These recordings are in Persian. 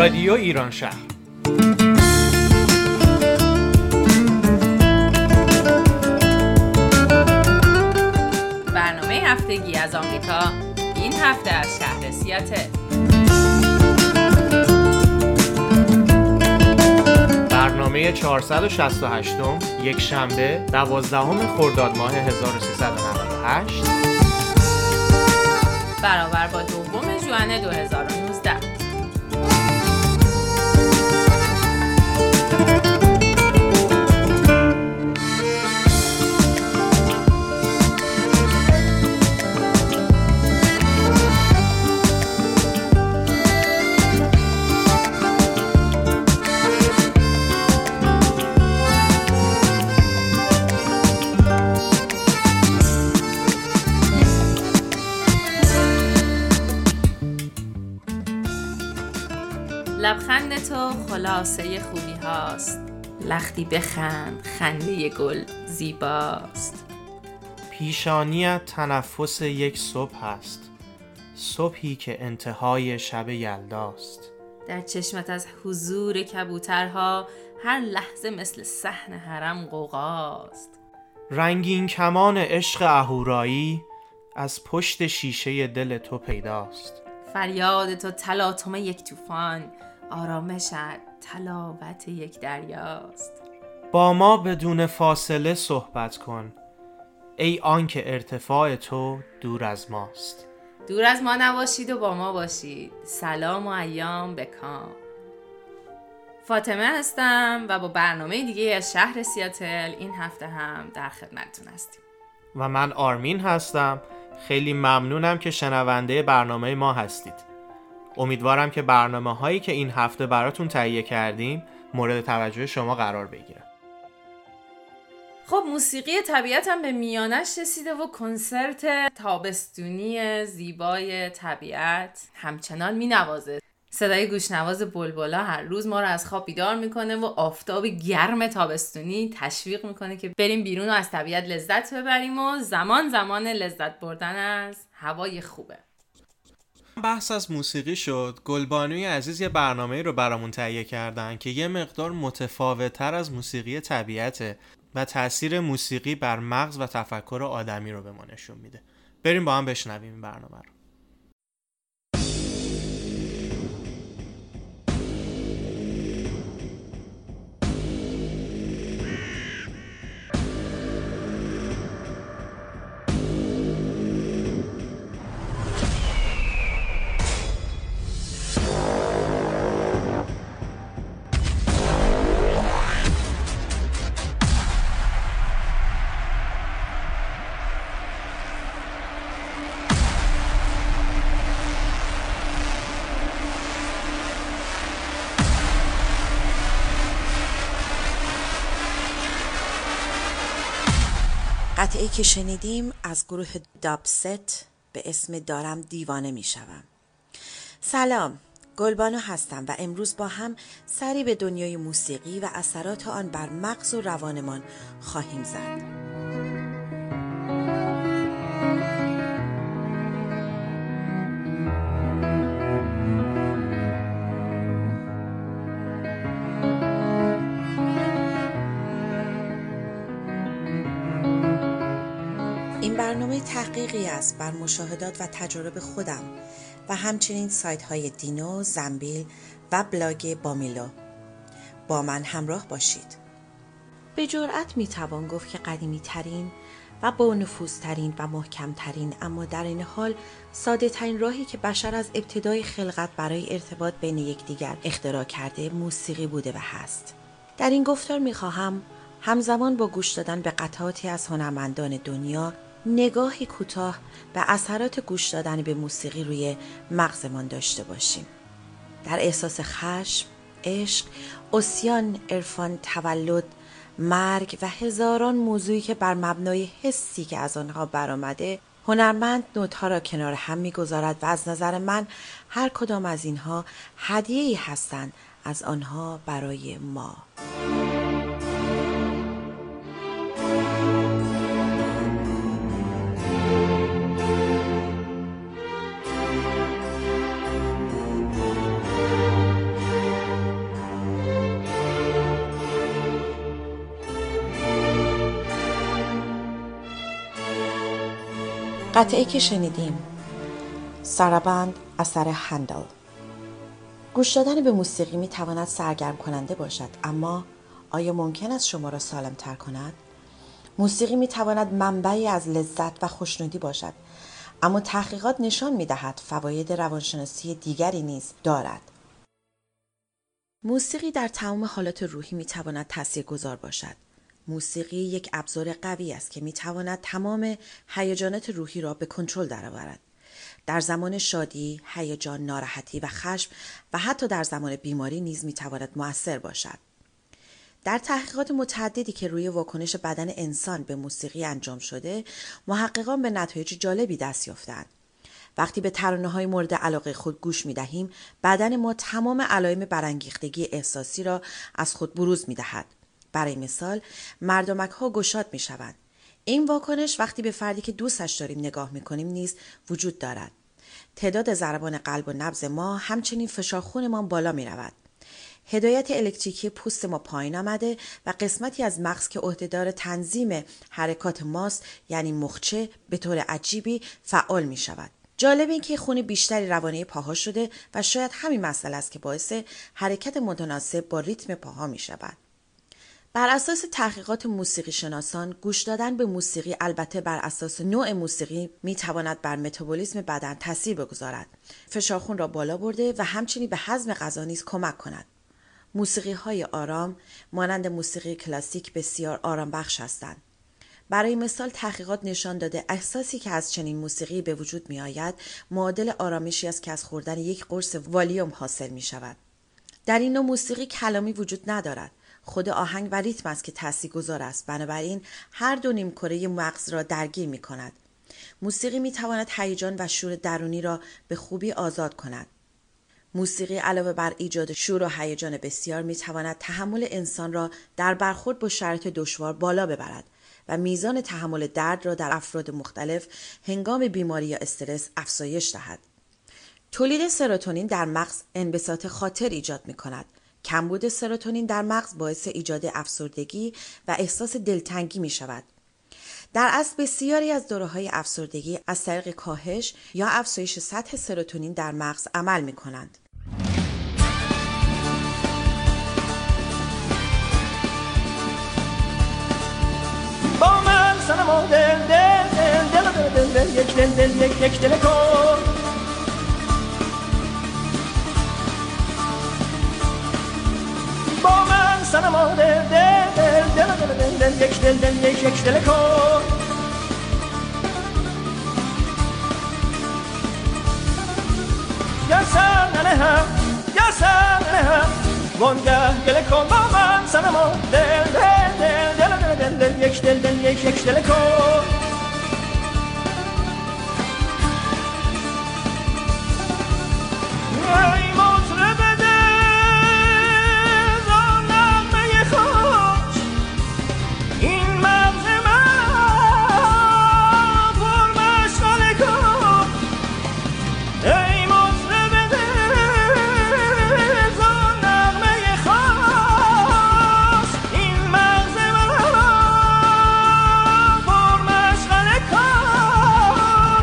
رادیو ایران شهر. برنامه هفتگی از آمریکا، این هفته از شهر سیاتل. برنامه 468 یک شنبه 12 خرداد ماه 1398 برابر با 2 ژوئن 2019. لبخند تو خلاصه خوبی هاست، لختی بخند خنده گل زیباست. پیشانیت تنفس یک صبح است، صبحی که انتهای شب یلداست. در چشمت از حضور کبوترها هر لحظه مثل صحن حرم غوغاست. رنگین کمان عشق اهورایی از پشت شیشه دل تو پیداست. فریاد تو تلاطم یک طوفان، آرامشت تلاوت یک دریاست. با ما بدون فاصله صحبت کن، ای آنکه ارتفاع تو دور از ماست. دور از ما نباشید و با ما باشید. سلام و ایام بکام. فاطمه هستم و با برنامه دیگه از شهر سیاتل این هفته هم در خدمتتون هستیم. و من آرمین هستم. خیلی ممنونم که شنونده برنامه ما هستید. امیدوارم که برنامه هایی که این هفته براتون تهیه کردیم مورد توجه شما قرار بگیره. خب موسیقی طبیعت هم به میانش رسیده و کنسرت تابستونی زیبای طبیعت همچنان می نوازه. صدای گوشنواز بلبلا هر روز ما رو از خواب بیدار میکنه و آفتاب گرم تابستونی تشویق میکنه که بریم بیرون و از طبیعت لذت ببریم و زمان لذت بردن از هوای خوبه. بحث از موسیقی شد. گلبانوی عزیز یه برنامه رو برامون تهیه کردن که یه مقدار متفاوت‌تر از موسیقی طبیعته و تأثیر موسیقی بر مغز و تفکر آدمی رو به ما نشون میده. بریم با هم بشنویم این برنامه رو. قطعه‌ای که شنیدیم از گروه دابست به اسم دارم دیوانه می شوم. سلام، گلبانو هستم و امروز با هم سری به دنیای موسیقی و اثرات آن بر مغز و روانمان خواهیم زد. این برنامه تحقیقی است بر مشاهدات و تجارب خودم و همچنین سایت های دینو، زنبیل و بلاگ بامیلو. با من همراه باشید. به جرئت میتوان گفت که قدیمی ترین و با نفوذ ترین و محکم ترین اما در این حال ساده ترین راهی که بشر از ابتدای خلقت برای ارتباط بین یکدیگر اختراع کرده موسیقی بوده و هست. در این گفتار میخواهم همزمان با گوش دادن به قطعاتی از هنرمندان دنیا نگاهی کوتاه به اثرات گوش دادن به موسیقی روی مغزمان داشته باشیم. در احساس خشم، عشق، عصیان، عرفان، تولد، مرگ و هزاران موضوعی که بر مبنای حسی که از آنها برآمده، هنرمند نوت‌ها را کنار هم می‌گذارد و از نظر من هر کدام از اینها هدیه‌ای هستند از آنها برای ما. قطعه‌ای که شنیدیم ساراباند اثر هندل. گوش دادن به موسیقی می تواند سرگرم کننده باشد، اما آیا ممکن است شما را سالم تر کند؟ موسیقی می تواند منبعی از لذت و خوشنودی باشد، اما تحقیقات نشان می دهد فواید روانشناسی دیگری نیز دارد. موسیقی در تمام حالات روحی می تواند تاثیرگذار باشد. موسیقی یک ابزار قوی است که می تواند تمام هیجانات روحی را به کنترل درآورد. در زمان شادی، هیجان، ناراحتی و خشم و حتی در زمان بیماری نیز می تواند مؤثر باشد. در تحقیقات متعددی که روی واکنش بدن انسان به موسیقی انجام شده، محققان به نتایج جالبی دست یافتند. وقتی به ترانه‌های مورد علاقه خود گوش می‌دهیم، بدن ما تمام علائم برانگیختگی احساسی را از خود بروز می‌دهد. برای مثال، مردمک‌ها گشاد می‌شوند. این واکنش وقتی به فردی که دوستش داریم نگاه می‌کنیم نیز وجود دارد. تعداد ضربان قلب و نبض ما، همچنین فشار خونمان بالا می‌رود. هدایت الکتریکی پوست ما پایین آمده و قسمتی از مغز که عهدهدار تنظیم حرکات ماست، یعنی مخچه، به طور عجیبی فعال می‌شود. جالب این که خون بیشتری روانه پاها شده و شاید همین مسئله است که باعث حرکت متناسب با ریتم پاها می شود. بر اساس تحقیقات موسیقی شناسان، گوش دادن به موسیقی، البته بر اساس نوع موسیقی، می تواند بر متابولیسم بدن تاثیر بگذارد، فشار خون را بالا برده و همچنین به هضم غذا نیز کمک کند. موسیقی های آرام مانند موسیقی کلاسیک بسیار آرام بخش هستند. برای مثال تحقیقات نشان داده احساسی که از چنین موسیقی به وجود می آید معادل آرامشی است که از خوردن یک قرص والیوم حاصل می شود. در این نوع موسیقی کلامی وجود ندارد. خود آهنگ و ریتم است که تاثیرگذار است، بنابراین هر دو نیمکره مغز را درگیر می کند. موسیقی می تواند هیجان و شور درونی را به خوبی آزاد کند. موسیقی علاوه بر ایجاد شور و هیجان بسیار می تواند تحمل انسان را در برخورد با شرایط دشوار بالا ببرد و میزان تحمل درد را در افراد مختلف هنگام بیماری یا استرس افزایش دهد. تولید سروتونین در مغز انبساط خاطر ایجاد می کند. کمبود سروتونین در مغز باعث ایجاد افسردگی و احساس دلتنگی می شود. در اصل بسیاری از دوره‌های افسردگی از طریق کاهش یا افزایش سطح سروتونین در مغز عمل می کنند. با من سنما دل دل دل دل دل دل یک دل دل یک دل کن. با من سنما دل دل دل دل دل دل یک دل دل یک دل کن. یا سننه هم وانگه گل کن. با من سنما دل دل دل دل یک دل دل یک دل کن. ای مطرب دل با نغمه خوش، این مغز من پر مشغله کن. ای مطرب دل با نغمه خوش، این مغز من پر مشغله کن.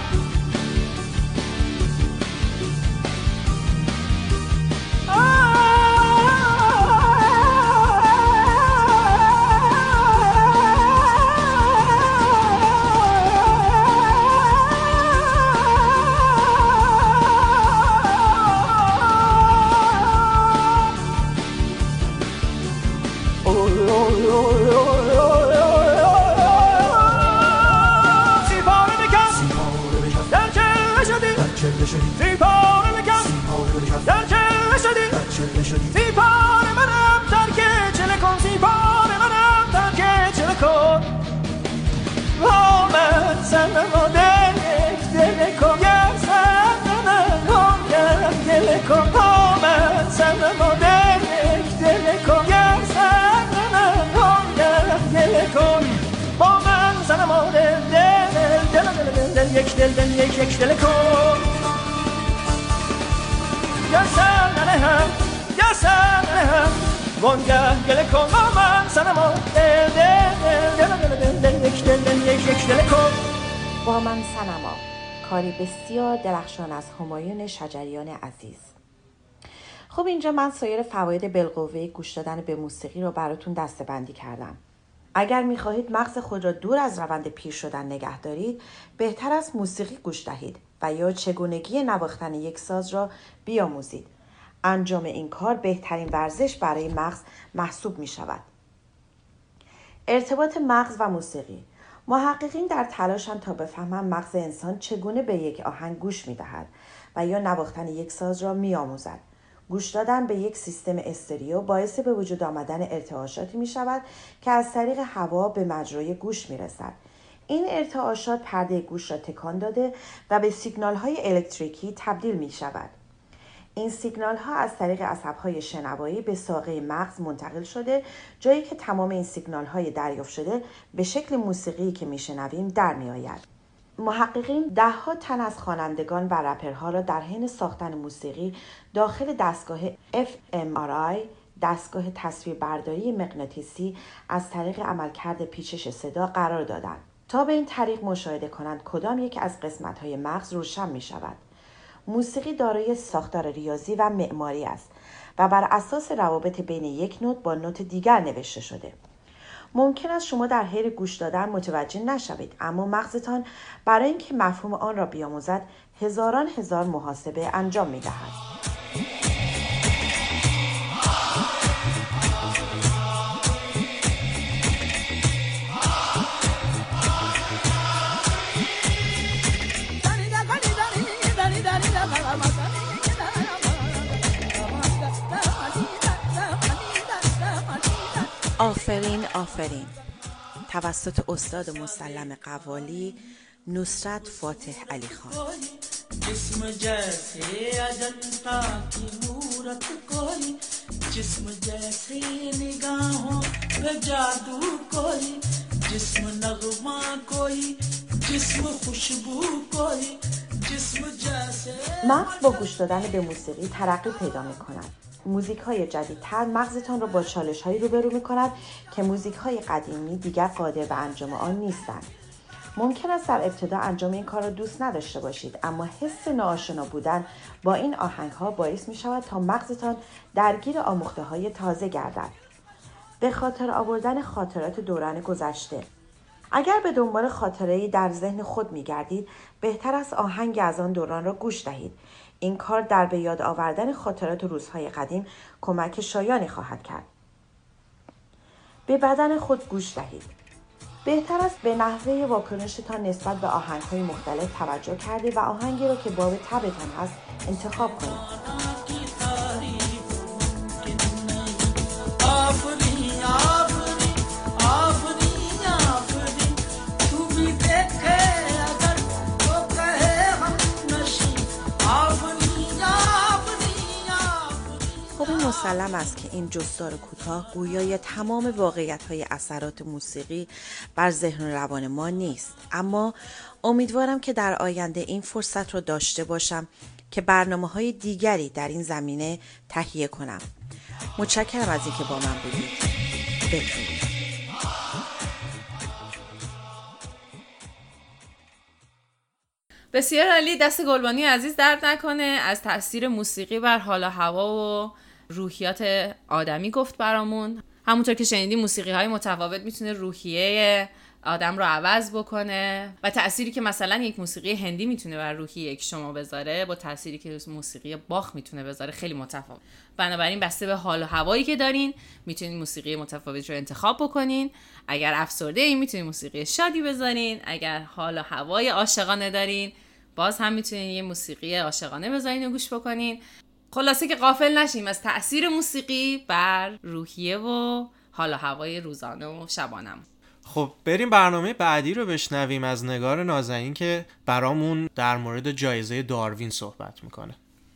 سیپاره بکن در چله شدی، سیپاره بکن در چله شدی، سیپاره منم ترک چله کن، سیپاره منم ترک چله کن. با من سنما دل یک دل کن، گر سنما دل کن. با من سنما دل یک دل کن، گر سنما دل کن. با من سنما دل دل دل دل دل یک دل دل یک دل کن. یا سننه هم وانگه گل کن. با من سنما دل دل دل دل دل یک دل دل یک دل کن. با من سنما، کاری بسیار درخشان از همایون شجریان عزیز. خب اینجا من سایر فواید بالقوه گوش دادن به موسیقی رو براتون دسته‌بندی کردم. اگر می‌خواهید مغز خود را دور از روند پیر شدن نگه دارید، بهتر است موسیقی گوش دهید و یا چگونگی نواختن یک ساز را بیاموزید. انجام این کار بهترین ورزش برای مغز محسوب می‌شود. ارتباط مغز و موسیقی. محققین در تلاشند تا بفهمند مغز انسان چگونه به یک آهنگ گوش می‌دهد و یا نواختن یک ساز را می‌آموزد. گوش دادن به یک سیستم استریو باعث به وجود آمدن ارتعاشاتی می‌شود که از طریق هوا به مجرای گوش می‌رسد. این ارتعاشات پرده گوش را تکان داده و به سیگنال‌های الکتریکی تبدیل می‌شود. این سیگنال‌ها از طریق عصب‌های شنوایی به ساقه مغز منتقل شده، جایی که تمام این سیگنال‌های دریافت شده به شکل موسیقی که می‌شنویم در می‌آید. محققین 10 تن از خوانندگان و رپرها را در حین ساختن موسیقی داخل دستگاه fMRI، دستگاه تصویربرداری مغناطیسی، از طریق عملکرد پیچش صدا قرار دادند تا به این طریق مشاهده کنند کدام یک از قسمت‌های مغز روشن می‌شود. موسیقی دارای ساختار ریاضی و معماری است و بر اساس روابط بین یک نوت با نوت دیگر نوشته شده. ممکن است شما در حین گوش دادن متوجه نشوید، اما مغزتان برای اینکه مفهوم آن را بیاموزد هزاران هزار محاسبه انجام می‌دهد. آفرین توسط استاد مسلم قوالی، نصرت فاتح علی خان. जिस्म जैसे अजंता की मूरत कोई, जिस्म जैसे निगाहों पे जादू कोई, जिस्म नगमा कोई, जिस्म खुशबू कोई, जिस्म जैसे. مغز با گوش دادن به موسیقی ترقی پیدا می‌کند. موزیک‌های جدیدتر مغزتان را با چالش‌هایی روبرو می‌کند که موزیک‌های قدیمی دیگر قادر به انجام آن نیستند. ممکن است در ابتدا انجام این کار را دوست نداشته باشید، اما حس ناآشنا بودن با این آهنگ‌ها باعث می‌شود تا مغزتان درگیر آموخته‌های تازه گردد. به خاطر آوردن خاطرات دوران گذشته. اگر به دنبال خاطره‌ای در ذهن خود می‌گردید، بهتر است آهنگ از آن دوران را گوش دهید. این کار در به یاد آوردن خاطرات روزهای قدیم کمک شایانی خواهد کرد. به بدن خود گوش دهید. بهتر است به نحوه واکنشتان نسبت به آهنگ‌های مختلف توجه کرده و آهنگی را که باب طبعتان هست انتخاب کنید. مسلم است که این جستار کوتاه گویای تمام واقعیت‌های اثرات موسیقی بر ذهن و روان ما نیست، اما امیدوارم که در آینده این فرصت را داشته باشم که برنامه‌های دیگری در این زمینه تهیه کنم. متشکرم از اینکه با من بودید. بدرود. بسیار عالی. دست گلبانی عزیز درد نکنه. از تاثیر موسیقی بر حال و هوا و روحیات آدمی گفت برامون. همونطور که شنیدیم موسیقی های متفاوت میتونه روحیه آدم رو عوض بکنه و تأثیری که مثلا یک موسیقی هندی میتونه بر روحیه یک شما بذاره با تأثیری که موسیقی باخ میتونه بذاره خیلی متفاوت. بنابراین بسته به حال و هوایی که دارین میتونین موسیقی متفاوت رو انتخاب بکنین. اگر افسرده این میتونین موسیقی شادی بذارین. اگر حال و هوای عاشقانه دارین باز هم میتونین یه موسیقی عاشقانه بذارین و گوش بکنین. خلاصه که غافل نشیم از تأثیر موسیقی بر روحیه و حال و هوای روزانه و شبانم. خب بریم برنامه بعدی رو بشنویم از نگار نازنین که برامون در مورد جایزه داروین صحبت میکنه.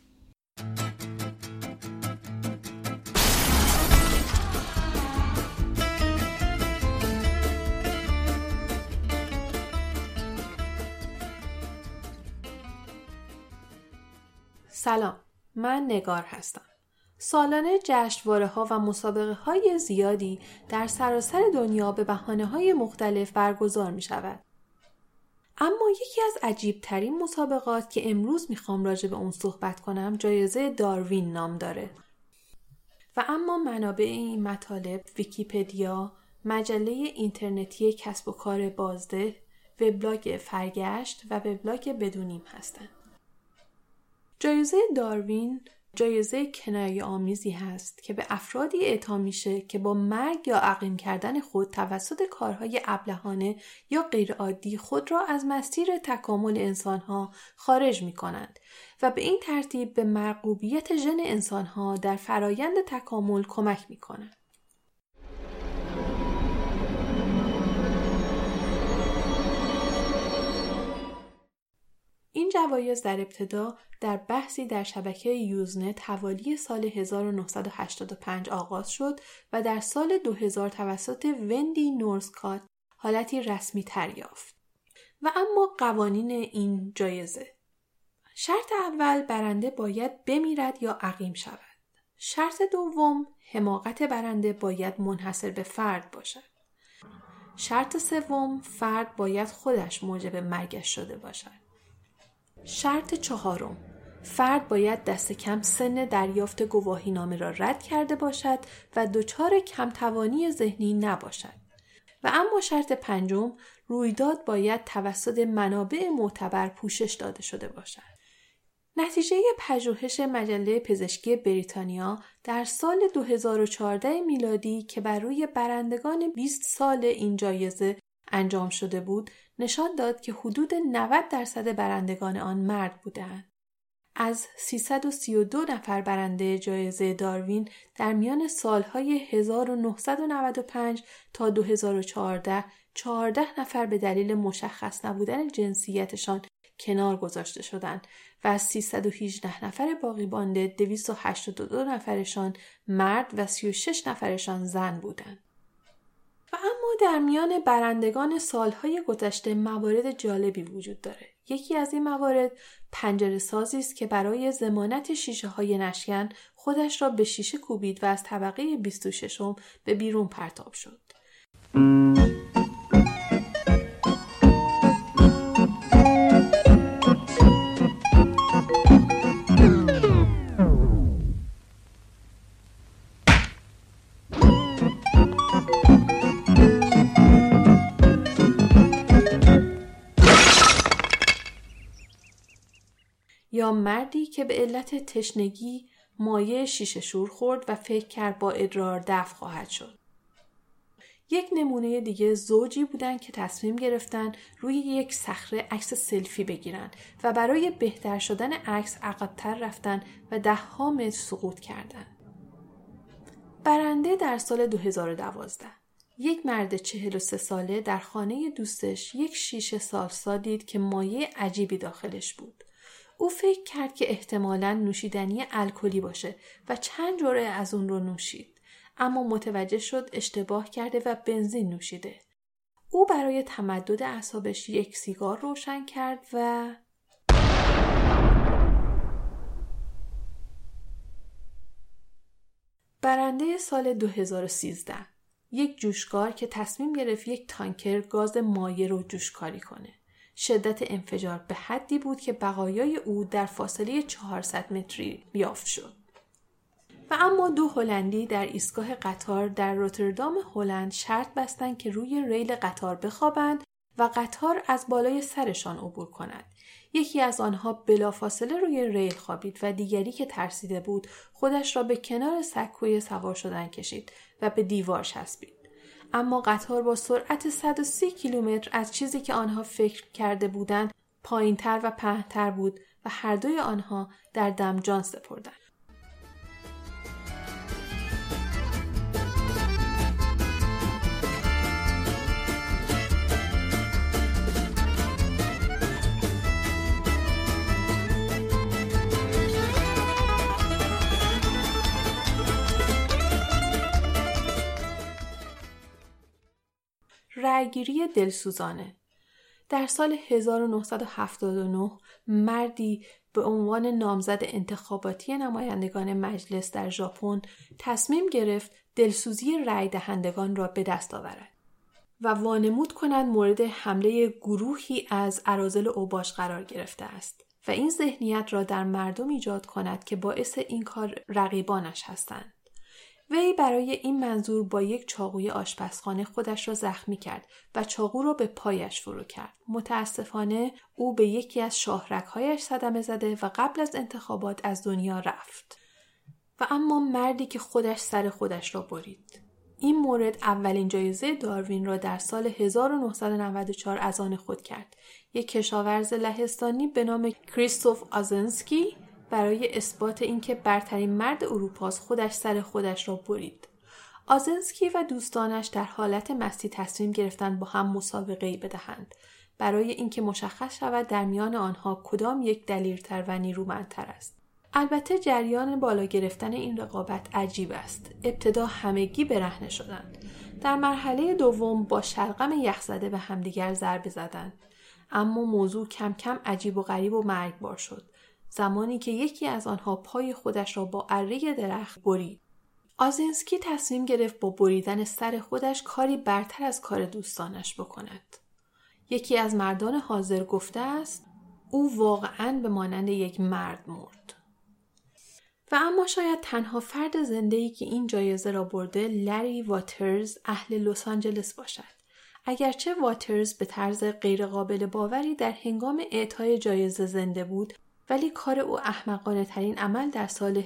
سلام، من نگار هستم. سالانه جشنواره‌ها و مسابقه‌های زیادی در سراسر دنیا به بهانه‌های مختلف برگزار می‌شود. اما یکی از عجیب‌ترین مسابقات که امروز میخوام راجع به اون صحبت کنم جایزه داروین نام داره. و اما منابع این مطالب ویکی‌پدیا، مجله اینترنتی کسب و کار بازده، وبلاگ فرگشت و وبلاگ بدونیم هستند. جایزه داروین جایزه کنایه آمیزی هست که به افرادی اعطا میشه که با مرگ یا عقیم کردن خود توسط کارهای ابلهانه یا غیرعادی خود را از مسیر تکامل انسانها خارج میکنند و به این ترتیب به مرغوبیت ژن انسانها در فرایند تکامل کمک میکنند. این جوایز در ابتدا در بحثی در شبکه یوزنت حوالی سال 1985 آغاز شد و در سال 2000 توسط وندی نورسکات حالتی رسمی تر یافت. و اما قوانین این جایزه: شرط اول، برنده باید بمیرد یا عقیم شود. شرط دوم، حماقت برنده باید منحصر به فرد باشد. شرط سوم، فرد باید خودش موجب مرگش شده باشد. شرط چهارم، فرد باید دست کم سن دریافت گواهینامه را رد کرده باشد و دچار کمتوانی ذهنی نباشد. و اما شرط پنجم، رویداد باید توسط منابع معتبر پوشش داده شده باشد. نتیجه پژوهش مجله پزشکی بریتانیا در سال 2014 میلادی که بر روی برندگان 20 سال این جایزه انجام شده بود، نشان داد که حدود 90% برندگان آن مرد بودند. از 332 نفر برنده جایزه داروین در میان سالهای 1995 تا 2014 14 نفر به دلیل مشخص نبودن جنسیتشان کنار گذاشته شدند و از 318 نفر باقی مانده 282 نفرشان مرد و 36 نفرشان زن بودند. و اما در میان برندگان سالهای گذشته موارد جالبی وجود داره. یکی از این موارد پنجره سازی است که برای ضمانت شیشه های نشکن خودش را به شیشه کوبید و از طبقه 26 به بیرون پرتاب شد. یا مردی که به علت تشنگی مایع شیشه شور خورد و فکر کرد با ادرار دفع خواهد شد. یک نمونه دیگه زوجی بودن که تصمیم گرفتن روی یک صخره عکس سلفی بگیرن و برای بهتر شدن عکس عقب‌تر رفتن و 10 متر سقوط کردن. برنده در سال 2012 یک مرد 43 ساله در خانه دوستش یک شیشه سالسا دید که مایع عجیبی داخلش بود. او فکر کرد که احتمالاً نوشیدنی الکلی باشه و چند جرعه از اون رو نوشید، اما متوجه شد اشتباه کرده و بنزین نوشیده. او برای تمدد اعصابش یک سیگار روشن کرد و برنده سال 2013 یک جوشکار که تصمیم گرفت یک تانکر گاز مایع رو جوشکاری کنه. شدت انفجار به حدی بود که بقایای او در فاصله 400 متری یافت شد. و اما 2 هلندی در ایستگاه قطار در روتردام هلند شرط بستند که روی ریل قطار بخوابند و قطار از بالای سرشان عبور کند. یکی از آنها بلافاصله روی ریل خوابید و دیگری که ترسیده بود خودش را به کنار سکوی سوار شدن کشید و به دیوار چسبید. اما قطار با سرعت 130 کیلومتر از چیزی که آنها فکر کرده بودند پایین‌تر و پهن‌تر بود و هر دوی آنها در دم جان سپردند. رأیگیری دلسوزانه. در سال 1979 مردی به عنوان نامزد انتخاباتی نمایندگان مجلس در ژاپن تصمیم گرفت دلسوزی رأی دهندگان را به دست آورد و وانمود کنند مورد حمله گروهی از اراذل اوباش قرار گرفته است و این ذهنیت را در مردم ایجاد کند که باعث این کار رقیبانش هستند. وی برای این منظور با یک چاقوی آشپزخانه خودش را زخمی کرد و چاقو را به پایش فرو کرد. متاسفانه او به یکی از شاهرگ‌هایش صدمه زده و قبل از انتخابات از دنیا رفت. و اما مردی که خودش سر خودش را برید. این مورد اولین جایزه داروین را در سال 1994 از آن خود کرد. یک کشاورز لهستانی به نام کریستوف آزنسکی برای اثبات اینکه برترین مرد اروپاست خودش سر خودش را برید. آزنسکی و دوستانش در حالت مستی تصمیم گرفتند با هم مسابقه‌ای بدهند برای اینکه مشخص شود در میان آنها کدام یک دلیرتر و نیرومندتر است. البته جریان بالا گرفتن این رقابت عجیب است. ابتدا همگی برهنه شدند. در مرحله دوم با شلغم یخزده به همدیگر ضربه زدند. اما موضوع کم کم عجیب و غریب و مرگبار شد. زمانی که یکی از آنها پای خودش را با اره درخت برید. آزنسکی تصمیم گرفت با بریدن سر خودش کاری برتر از کار دوستانش بکند. یکی از مردان حاضر گفته است او واقعاً به مانند یک مرد مرد. و اما شاید تنها فرد زنده‌ای که این جایزه را برده لری واترز اهل لس آنجلس باشد. اگرچه واترز به طرز غیرقابل باوری در هنگام اعطای جایزه زنده بود، ولی کار او احمقانه ترین عمل در سال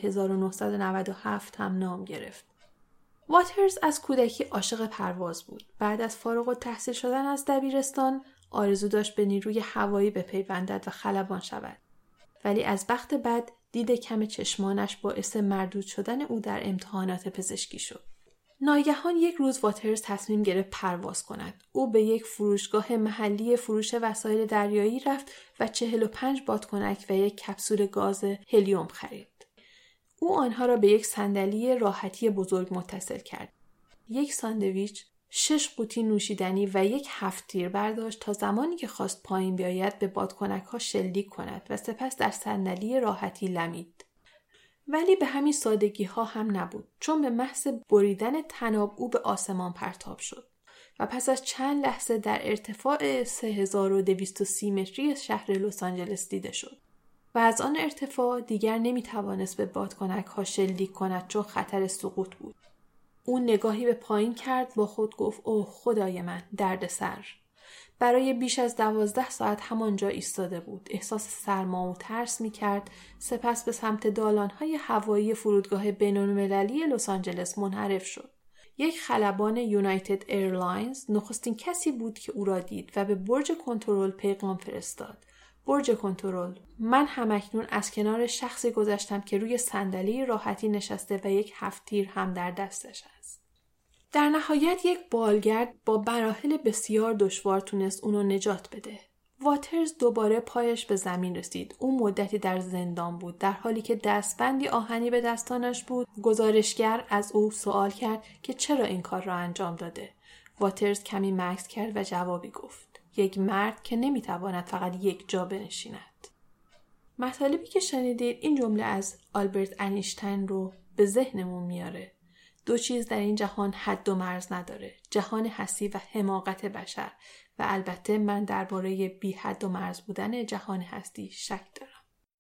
1997 هم نام گرفت. واترز از کودکی عاشق پرواز بود. بعد از فارغ التحصیل شدن از دبیرستان آرزو داشت به نیروی هوایی بپیوندد و خلبان شود. ولی از بخت بد دید کم چشمانش باعث مردود شدن او در امتحانات پزشکی شد. ناگهان یک روز واترز تصمیم گرفت پرواز کند. او به یک فروشگاه محلی فروش وسایل دریایی رفت و 45 بادکنک و یک کپسول گاز هلیوم خرید. او آنها را به یک صندلی راحتی بزرگ متصل کرد. یک ساندویچ، 6 قوطی نوشیدنی و یک 7 تیر برداشت تا زمانی که خواست پایین بیاید به بادکنک ها شلیک کند و سپس در صندلی راحتی لمید. ولی به همین سادگی ها هم نبود، چون به محض بریدن طناب او به آسمان پرتاب شد و پس از چند لحظه در ارتفاع 3230 متری شهر لس آنجلس دیده شد و از آن ارتفاع دیگر نمیتوانست به بادکنک ها شلیک کند چون خطر سقوط بود. او نگاهی به پایین کرد، با خود گفت اوه خدای من، دردسر. برای بیش از 12 ساعت همانجا ایستاده بود. احساس سرما و ترس می کرد. سپس به سمت دالان‌های هوایی فرودگاه بین‌المللی لس آنجلس منحرف شد. یک خلبان یونایتد ایرلاینز نخستین کسی بود که او را دید و به برج کنترل پیغام فرستاد. برج کنترل، من همکنون از کنار شخصی گذشتم که روی صندلی راحتی نشسته و یک 7 تیر هم در دستش است. در نهایت یک بالگرد با مراحل بسیار دشوار تونست اونو نجات بده. واترز دوباره پایش به زمین رسید. او مدتی در زندان بود. در حالی که دستبندی آهنی به دستانش بود، گزارشگر از او سوال کرد که چرا این کار را انجام داده. واترز کمی مکث کرد و جوابی گفت. یک مرد که نمیتواند فقط یک جا بنشیند. مطالبی که شنیدید این جمله از آلبرت انیشتین رو به ذهنمون میاره. 2 چیز در این جهان حد و مرز نداره. جهان هستی و حماقت بشر. و البته من درباره بی حد و مرز بودن جهان هستی شک دارم.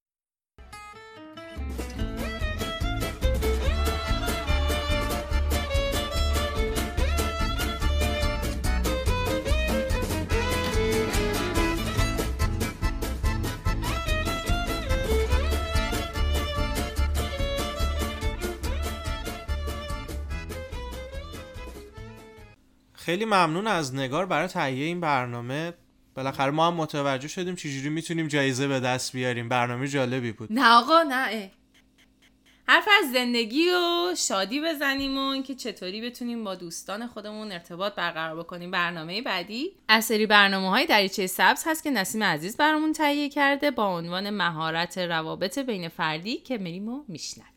خیلی ممنون از نگار برای تهیه این برنامه. بالاخره ما هم متوجه شدیم چجوری میتونیم جایزه به دست بیاریم. برنامه جالبی بود. نه آقا نه، حرف از زندگی و شادی بزنیم و اینکه چطوری بتونیم با دوستان خودمون ارتباط برقرار بکنیم. برنامه بعدی از سری برنامه‌های دریچه سبز هست که نسیم عزیز برامون تهیه کرده با عنوان مهارت روابط بین فردی که میریم و میشنویم.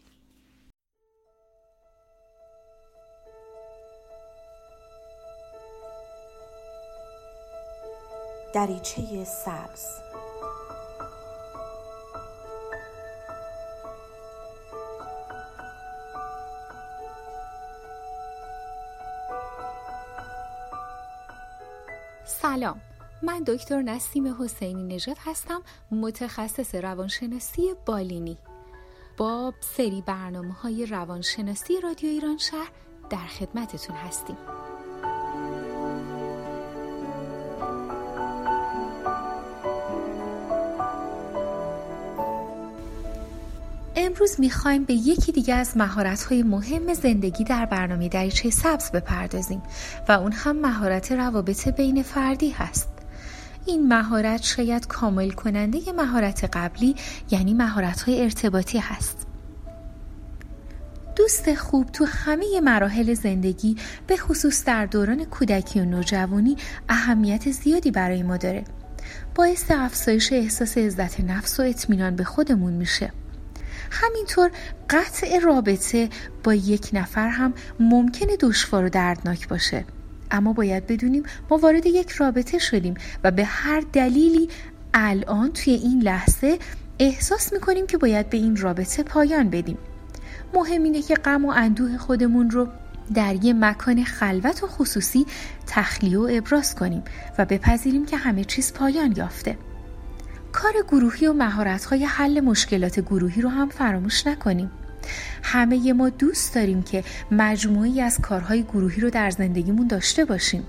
دریچه سبز. سلام، من دکتر نسیم حسینی نژاد هستم، متخصص روانشناسی بالینی. با سری برنامه‌های روانشناسی رادیو ایران شهر در خدمتتون هستیم. امروز میخوایم به یکی دیگه از مهارت‌های مهم زندگی در برنامه دریچه سبز بپردازیم و اون هم مهارت روابط بین فردی هست. این مهارت شاید کامل کننده مهارت قبلی یعنی مهارت‌های ارتباطی هست. دوست خوب تو همه مراحل زندگی به خصوص در دوران کودکی و نوجوانی اهمیت زیادی برای ما داره. باعث افزایش احساس عزت نفس و اطمینان به خودمون میشه. همینطور قطع رابطه با یک نفر هم ممکنه دشوار و دردناک باشه، اما باید بدونیم ما وارد یک رابطه شدیم و به هر دلیلی الان توی این لحظه احساس میکنیم که باید به این رابطه پایان بدیم. مهم اینه که غم و اندوه خودمون رو در یه مکان خلوت و خصوصی تخلیه و ابراز کنیم و بپذیریم که همه چیز پایان یافته. کار گروهی و مهارت‌های حل مشکلات گروهی رو هم فراموش نکنیم. همه ما دوست داریم که مجموعی از کارهای گروهی رو در زندگیمون داشته باشیم.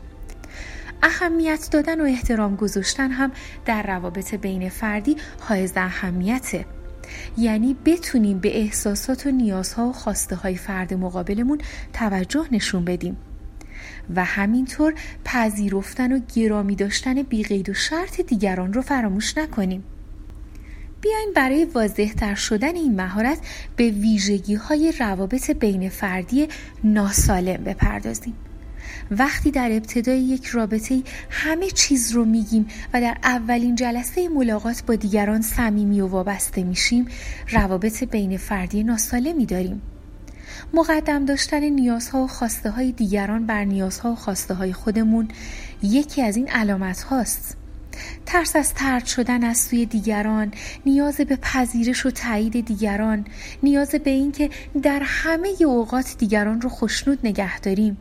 اهمیت دادن و احترام گذاشتن هم در روابط بین فردی حائز اهمیته. یعنی بتونیم به احساسات و نیازها و خواسته‌های فرد مقابلمون توجه نشون بدیم و همینطور پذیرفتن و گرامی داشتن بی‌قید و شرط دیگران رو فراموش نکنیم. بیاین برای واضح‌تر شدن این مهارت به ویژگی‌های روابط بین فردی ناسالم بپردازیم. وقتی در ابتدای یک رابطه همه چیز رو میگیم و در اولین جلسه ملاقات با دیگران صمیمی و وابسته میشیم، روابط بین فردی ناسالمی داریم. مقدم داشتن نیازها و خواسته های دیگران بر نیازها و خواسته های خودمون یکی از این علامت هاست. ترس از طرد شدن از سوی دیگران، نیاز به پذیرش و تایید دیگران، نیاز به این که در همه اوقات دیگران رو خوشنود نگه داریم،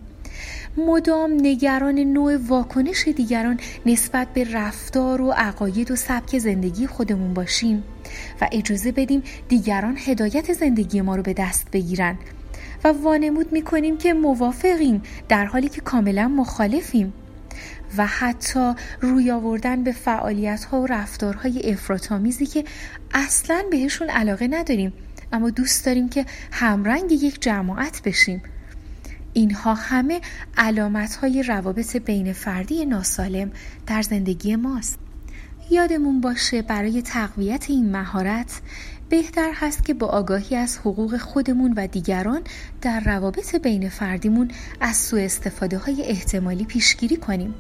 مدام نگران نوع واکنش دیگران نسبت به رفتار و عقاید و سبک زندگی خودمون باشیم و اجازه بدیم دیگران هدایت زندگی ما رو به دست بگیرن و وانمود میکنیم که موافقیم در حالی که کاملا مخالفیم و حتی روی آوردن به فعالیت‌ها و رفتارهای افراط‌آمیزی که اصلاً بهشون علاقه نداریم اما دوست داریم که همرنگ یک جماعت بشیم. اینها همه علامت‌های روابط بین فردی ناسالم در زندگی ماست. یادمون باشه برای تقویت این مهارت بهتر هست که با آگاهی از حقوق خودمون و دیگران در روابط بین فردیمون از سوء استفاده های احتمالی پیشگیری کنیم.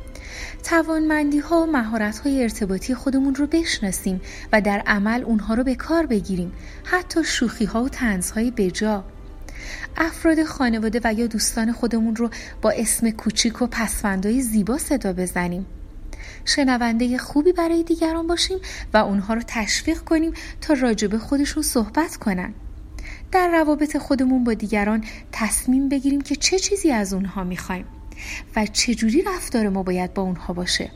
توانمندی ها و مهارت های ارتباطی خودمون رو بشناسیم و در عمل اونها رو به کار بگیریم، حتی شوخی ها و طنز های بجا. افراد خانواده و یا دوستان خودمون رو با اسم کوچیک و پسوندهای زیبا صدا بزنیم. شنونده خوبی برای دیگران باشیم و اونها رو تشویق کنیم تا راجب خودشون صحبت کنن. در روابط خودمون با دیگران تصمیم بگیریم که چه چیزی از اونها میخوایم و چجوری رفتار ما باید با اونها باشه.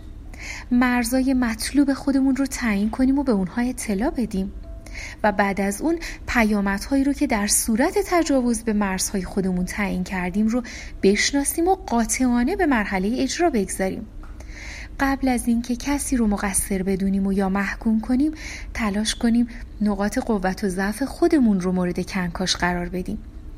مرزای مطلوب خودمون رو تعیین کنیم و به اونها اطلاع بدیم و بعد از اون پیامدهایی رو که در صورت تجاوز به مرزهای خودمون تعیین کردیم رو بشناسیم و قاطعانه به مرحله اجرا بگذاریم. قبل از اینکه کسی رو مقصر بدونیم و یا محکوم کنیم، تلاش کنیم نقاط قوت و ضعف خودمون رو مورد کنکاش قرار بدیم.